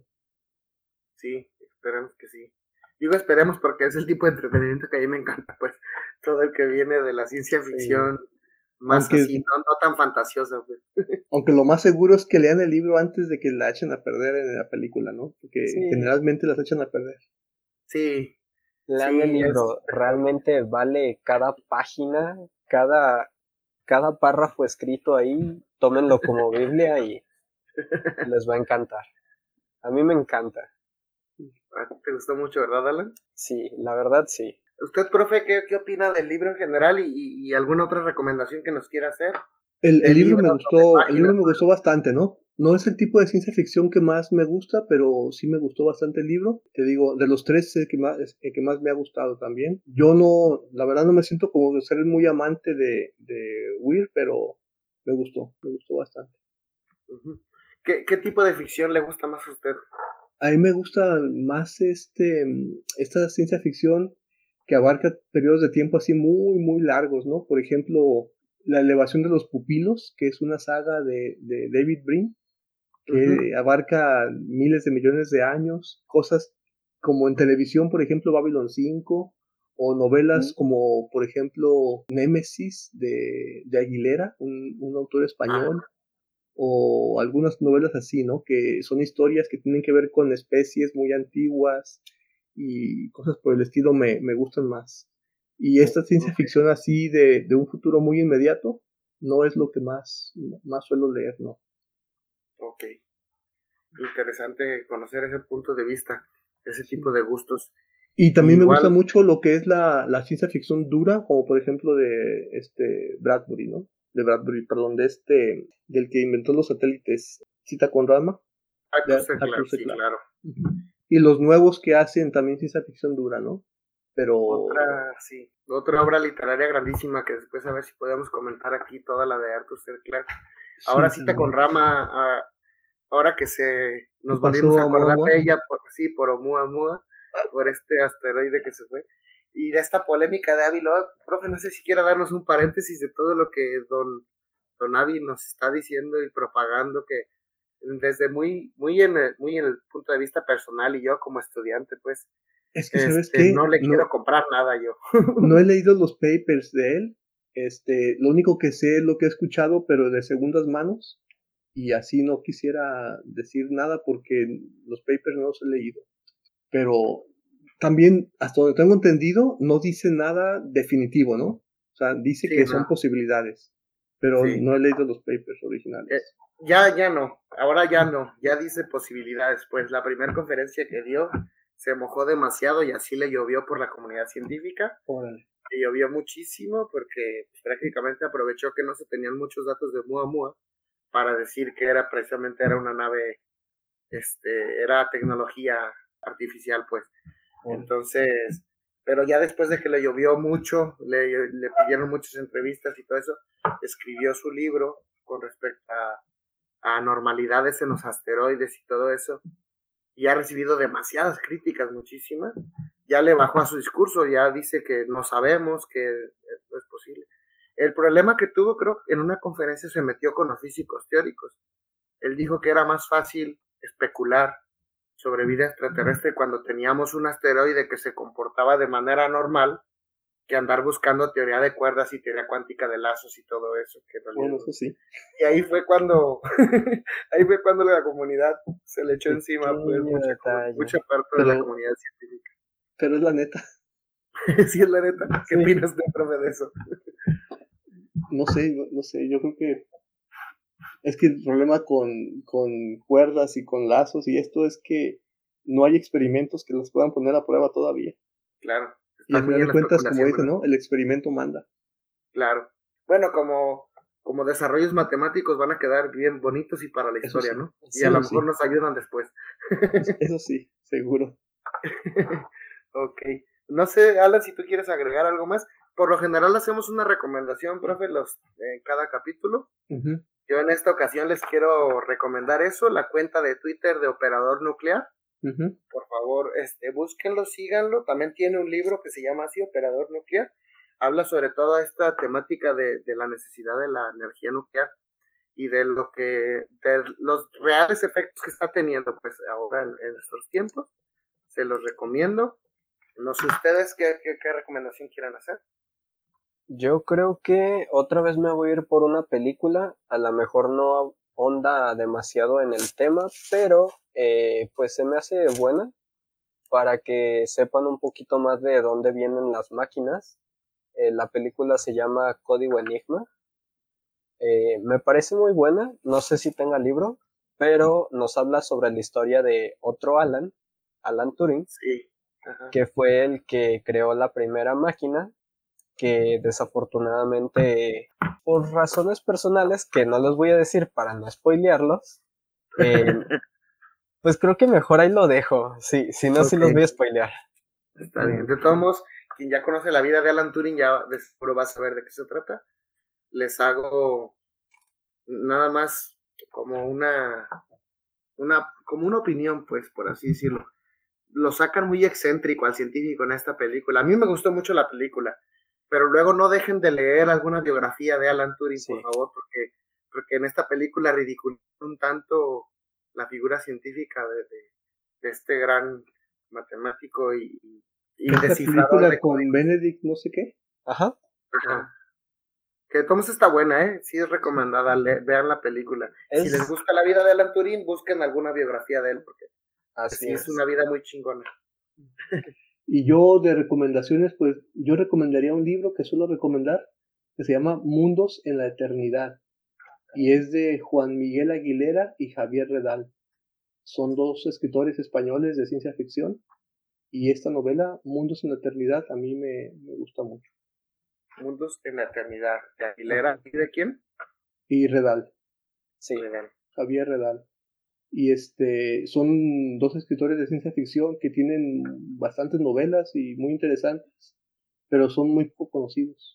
Sí, esperemos que sí. Digo esperemos porque es el tipo de entretenimiento que a mí me encanta, pues, todo el que viene de la ciencia ficción, sí. Más aunque, así, no, no tan fantasiosa, pues. Aunque lo más seguro es que lean el libro antes de que la echen a perder en la película, ¿no? Porque Sí. generalmente las echan a perder. Sí. Lean sí, el libro, es... realmente vale cada página, cada, cada párrafo escrito ahí, tómenlo como Biblia y les va a encantar. A mí me encanta. ¿Te gustó mucho, verdad, Alan? Sí, la verdad sí. ¿Usted, profe, qué, qué opina del libro en general y, y, y alguna otra recomendación que nos quiera hacer? El, el libro me gustó, el libro me gustó bastante, ¿no? No es el tipo de ciencia ficción que más me gusta, pero sí me gustó bastante el libro. Te digo, de los tres es el que más, es el que más me ha gustado también. Yo no, la verdad no me siento como de ser muy amante de, de Weir, pero me gustó, me gustó bastante. Uh-huh. ¿Qué, ¿Qué tipo de ficción le gusta más a usted? A mí me gusta más este, esta ciencia ficción que abarca periodos de tiempo así muy, muy largos, ¿no? Por ejemplo, La elevación de los pupilos, que es una saga de, de David Brin, que uh-huh. abarca miles de millones de años, cosas como en televisión, por ejemplo, Babylon cinco, o novelas uh-huh. como, por ejemplo, Némesis de, de Aguilera, un, un autor español, uh-huh. o algunas novelas así, ¿no? Que son historias que tienen que ver con especies muy antiguas y cosas por el estilo me, me gustan más. Y esta ciencia ficción así de, de un futuro muy inmediato no es lo que más, más suelo leer, ¿no? Ok. Interesante conocer ese punto de vista, ese tipo de gustos. Y también Igual, me gusta mucho lo que es la, la ciencia ficción dura, como por ejemplo de este Bradbury, ¿no? De Bradbury, perdón, de este, del que inventó los satélites, Cita con Rama. Arthur C. Clarke, sí, claro. Y los nuevos que hacen también ciencia ficción dura, ¿no? Pero... Otra, sí, otra obra literaria grandísima que después a ver si podemos comentar aquí, toda la de Arthur C. Clarke. Ahora sí, Cita con Rama, uh, ahora que se nos volvimos a acordar de ella, por, sí, por Oumuamua, por este asteroide que se fue, y de esta polémica de Avi Loeb. Profe, no sé si quiera darnos un paréntesis de todo lo que don, don Avi nos está diciendo y propagando, que desde muy, muy, en el, muy en el punto de vista personal, y yo como estudiante, pues, es que, ¿sabes este, qué? No le no, quiero comprar nada yo. No he leído los papers de él, este, lo único que sé es lo que he escuchado, pero de segundas manos, y así no quisiera decir nada porque los papers no los he leído. Pero también, hasta donde tengo entendido, no dice nada definitivo, ¿no? O sea, dice sí, que no. son posibilidades, pero sí. no he leído los papers originales. Eh, ya, ya no, ahora ya no, ya dice posibilidades. Pues la primera conferencia que dio se mojó demasiado y así le llovió por la comunidad científica. Órale. Le llovió muchísimo porque pues, prácticamente aprovechó que no se tenían muchos datos de Oumuamua para decir que era precisamente era una nave, este, era tecnología artificial, pues. Órale. Entonces, pero ya después de que le llovió mucho, le, le pidieron muchas entrevistas y todo eso, escribió su libro con respecto a, a anormalidades en los asteroides y todo eso. Y ha recibido demasiadas críticas, muchísimas. Ya le bajó a su discurso, ya dice que no sabemos, que no es posible. El problema que tuvo, creo, en una conferencia se metió con los físicos teóricos. Él dijo que era más fácil especular sobre vida extraterrestre cuando teníamos un asteroide que se comportaba de manera normal que andar buscando teoría de cuerdas y teoría cuántica de lazos y todo eso. Que bueno, eso sí. Y ahí fue cuando ahí fue cuando la comunidad se le echó Qué encima, pues, mucha, mucha parte pero, de la comunidad científica. Pero es la neta. Sí, es la neta. ¿Qué sí. opinas tú, profe, de eso? No sé, no, no sé, yo creo que Es que el problema con, con cuerdas y con lazos y esto es que no hay experimentos que los puedan poner a prueba todavía. Claro. Y al final de cuentas, como dicen, ¿no? El experimento manda. Claro. Bueno, como, como desarrollos matemáticos van a quedar bien bonitos y para la Eso historia, sí. ¿no? Y Sí, a lo sí. mejor nos ayudan después. Eso sí, seguro. Ok. No sé, Alan, si tú quieres agregar algo más. Por lo general hacemos una recomendación, profe, los, en cada capítulo. Uh-huh. Yo en esta ocasión les quiero recomendar eso, la cuenta de Twitter de Operador Nuclear. Uh-huh. Por favor, este, búsquenlo, síganlo. También tiene un libro que se llama así, Operador Nuclear. Habla sobre toda esta temática de, de la necesidad de la energía nuclear y de lo que, de los reales efectos que está teniendo, pues ahora en, en estos tiempos. Se los recomiendo. No sé ustedes qué, qué, qué recomendación quieran hacer. Yo creo que otra vez me voy a ir por una película, a lo mejor no onda demasiado en el tema, pero eh, pues se me hace buena para que sepan un poquito más de dónde vienen las máquinas. Eh, la película se llama Código Enigma. Eh, me parece muy buena, no sé si tenga libro, pero nos habla sobre la historia de otro Alan, Alan Turing, sí. Ajá. Que fue el que creó la primera máquina, que desafortunadamente, por razones personales, que no les voy a decir para no spoilearlos, eh, pues creo que mejor ahí lo dejo, sí, si no, okay. Sí los voy a spoilear. Está bien, de todos modos, quien ya conoce la vida de Alan Turing ya de seguro va a saber de qué se trata. Les hago nada más como una, una, como una opinión, pues, por así decirlo. Lo sacan muy excéntrico al científico en esta película. A mí me gustó mucho la película, pero luego no dejen de leer alguna biografía de Alan Turing, sí. por favor, porque, porque en esta película ridiculizan un tanto la figura científica de, de, de este gran matemático y, y descifrador película de con códigos. Benedict no sé qué. Ajá. Ajá. Que entonces está buena, ¿eh? Sí es recomendada, le, vean la película. Es... Si les gusta la vida de Alan Turing, busquen alguna biografía de él, porque Así sí es. es una vida muy chingona. Y yo de recomendaciones, pues yo recomendaría un libro que suelo recomendar, que se llama Mundos en la Eternidad, y es de Juan Miguel Aguilera y Javier Redal. Son dos escritores españoles de ciencia ficción, y esta novela, Mundos en la Eternidad, a mí me, me gusta mucho. Mundos en la Eternidad, de Aguilera, ¿y de quién? Y Redal. Sí, Redal. Javier Redal. Y este, son dos escritores de ciencia ficción que tienen bastantes novelas y muy interesantes, pero son muy poco conocidos.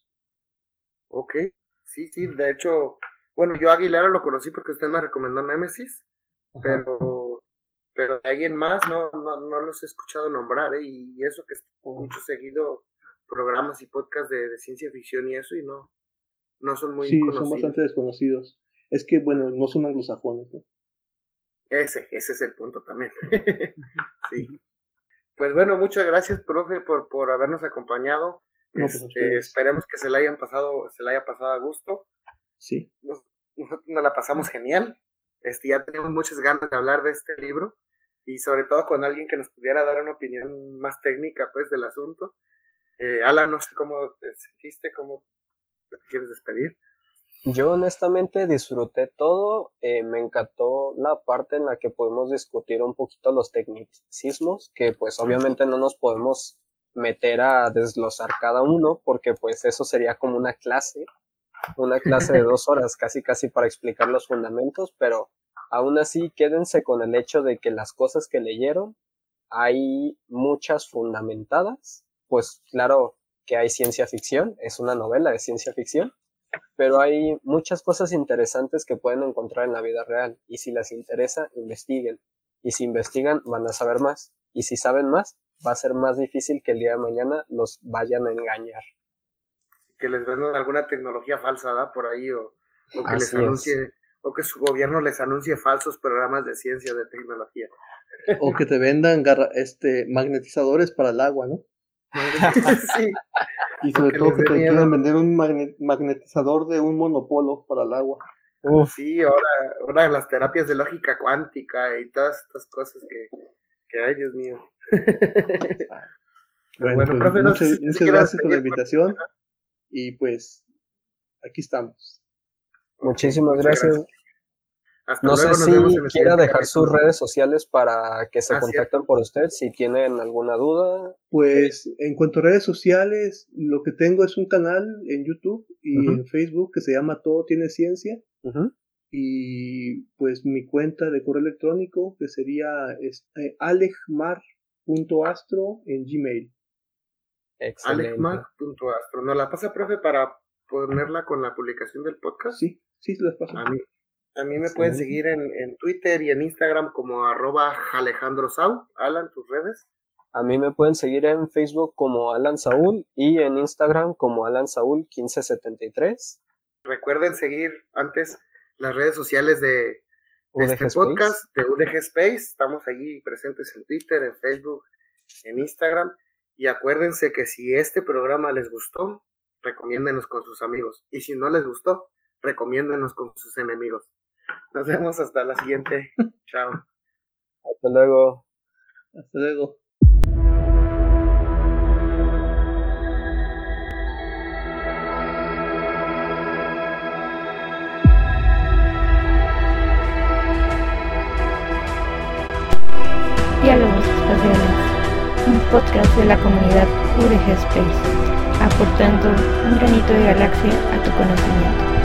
Ok, sí, sí, de hecho, bueno, yo a Aguilera lo conocí porque usted me recomendó Némesis, pero, pero de alguien más no, no, no los he escuchado nombrar, ¿eh? Y eso que oh. mucho seguido programas y podcasts de, de ciencia ficción y eso, y no, no son muy sí, conocidos. Sí, son bastante desconocidos. Es que, bueno, no son anglosajones, ¿no? Ese, ese es el punto también. Sí. Pues bueno, muchas gracias, profe, por, por habernos acompañado. No, este, pues esperemos que se la hayan pasado, se la haya pasado a gusto. Sí. Nos, nosotros nos la pasamos genial. Este, ya tenemos muchas ganas de hablar de este libro y sobre todo con alguien que nos pudiera dar una opinión más técnica, pues, del asunto. Eh, Alan, no sé cómo te sentiste, cómo te quieres despedir. Yo honestamente disfruté todo, eh, me encantó la parte en la que podemos discutir un poquito los tecnicismos, que pues obviamente no nos podemos meter a desglosar cada uno, porque pues eso sería como una clase, una clase de dos horas casi casi para explicar los fundamentos, pero aún así quédense con el hecho de que las cosas que leyeron hay muchas fundamentadas, pues claro que hay ciencia ficción, es una novela de ciencia ficción, pero hay muchas cosas interesantes que pueden encontrar en la vida real, y si les interesa, investiguen, y si investigan van a saber más, y si saben más, va a ser más difícil que el día de mañana los vayan a engañar. Que les vendan alguna tecnología falsa, ¿verdad? Por ahí, o, o que Así les anuncie, es. o que su gobierno les anuncie falsos programas de ciencia o de tecnología. O que te vendan garra, este, magnetizadores para el agua, ¿no? Sí. Y sobre todo que te miedo. Quieran vender un magne- magnetizador de un monopolo para el agua. Uf. Sí, ahora, ahora las terapias de lógica cuántica y todas estas cosas que, que ay, Dios mío. Bueno, bueno pues, profe, muchas, no sé, muchas si gracias por la invitación y pues aquí estamos. Muchísimas okay, gracias. gracias. Hasta No luego, sé nos vemos si en el quiera siguiente dejar sus capítulo. redes sociales para que se Ah, contacten cierto. por usted si tienen alguna duda. Pues en cuanto a redes sociales, lo que tengo es un canal en YouTube y Ujú. en Facebook que se llama Todo Tiene Ciencia. Ujú. Y pues mi cuenta de correo electrónico que sería es, eh, alejmar punto astro en Gmail. Excelente. alejmac.astro. ¿Nos la pasa, profe, para ponerla con la publicación del podcast? Sí, sí, se las paso. A mí, a mí me pueden Excelente. seguir en, en Twitter y en Instagram como arroba Alejandro Sau. Alan, tus redes. A mí me pueden seguir en Facebook como Alan Saúl y en Instagram como Alan Saúl quince setenta y tres. Recuerden seguir antes las redes sociales de, de U D G este Space. podcast, de U D G Space. Estamos allí presentes en Twitter, en Facebook, en Instagram. Y acuérdense que si este programa les gustó, recomiéndenos con sus amigos. Y si no les gustó, recomiéndenos con sus enemigos. Nos vemos hasta la siguiente. Chao. Hasta luego. Hasta luego. Diálogos Espaciales, un podcast de la comunidad U D G Space, aportando un granito de galaxia a tu conocimiento.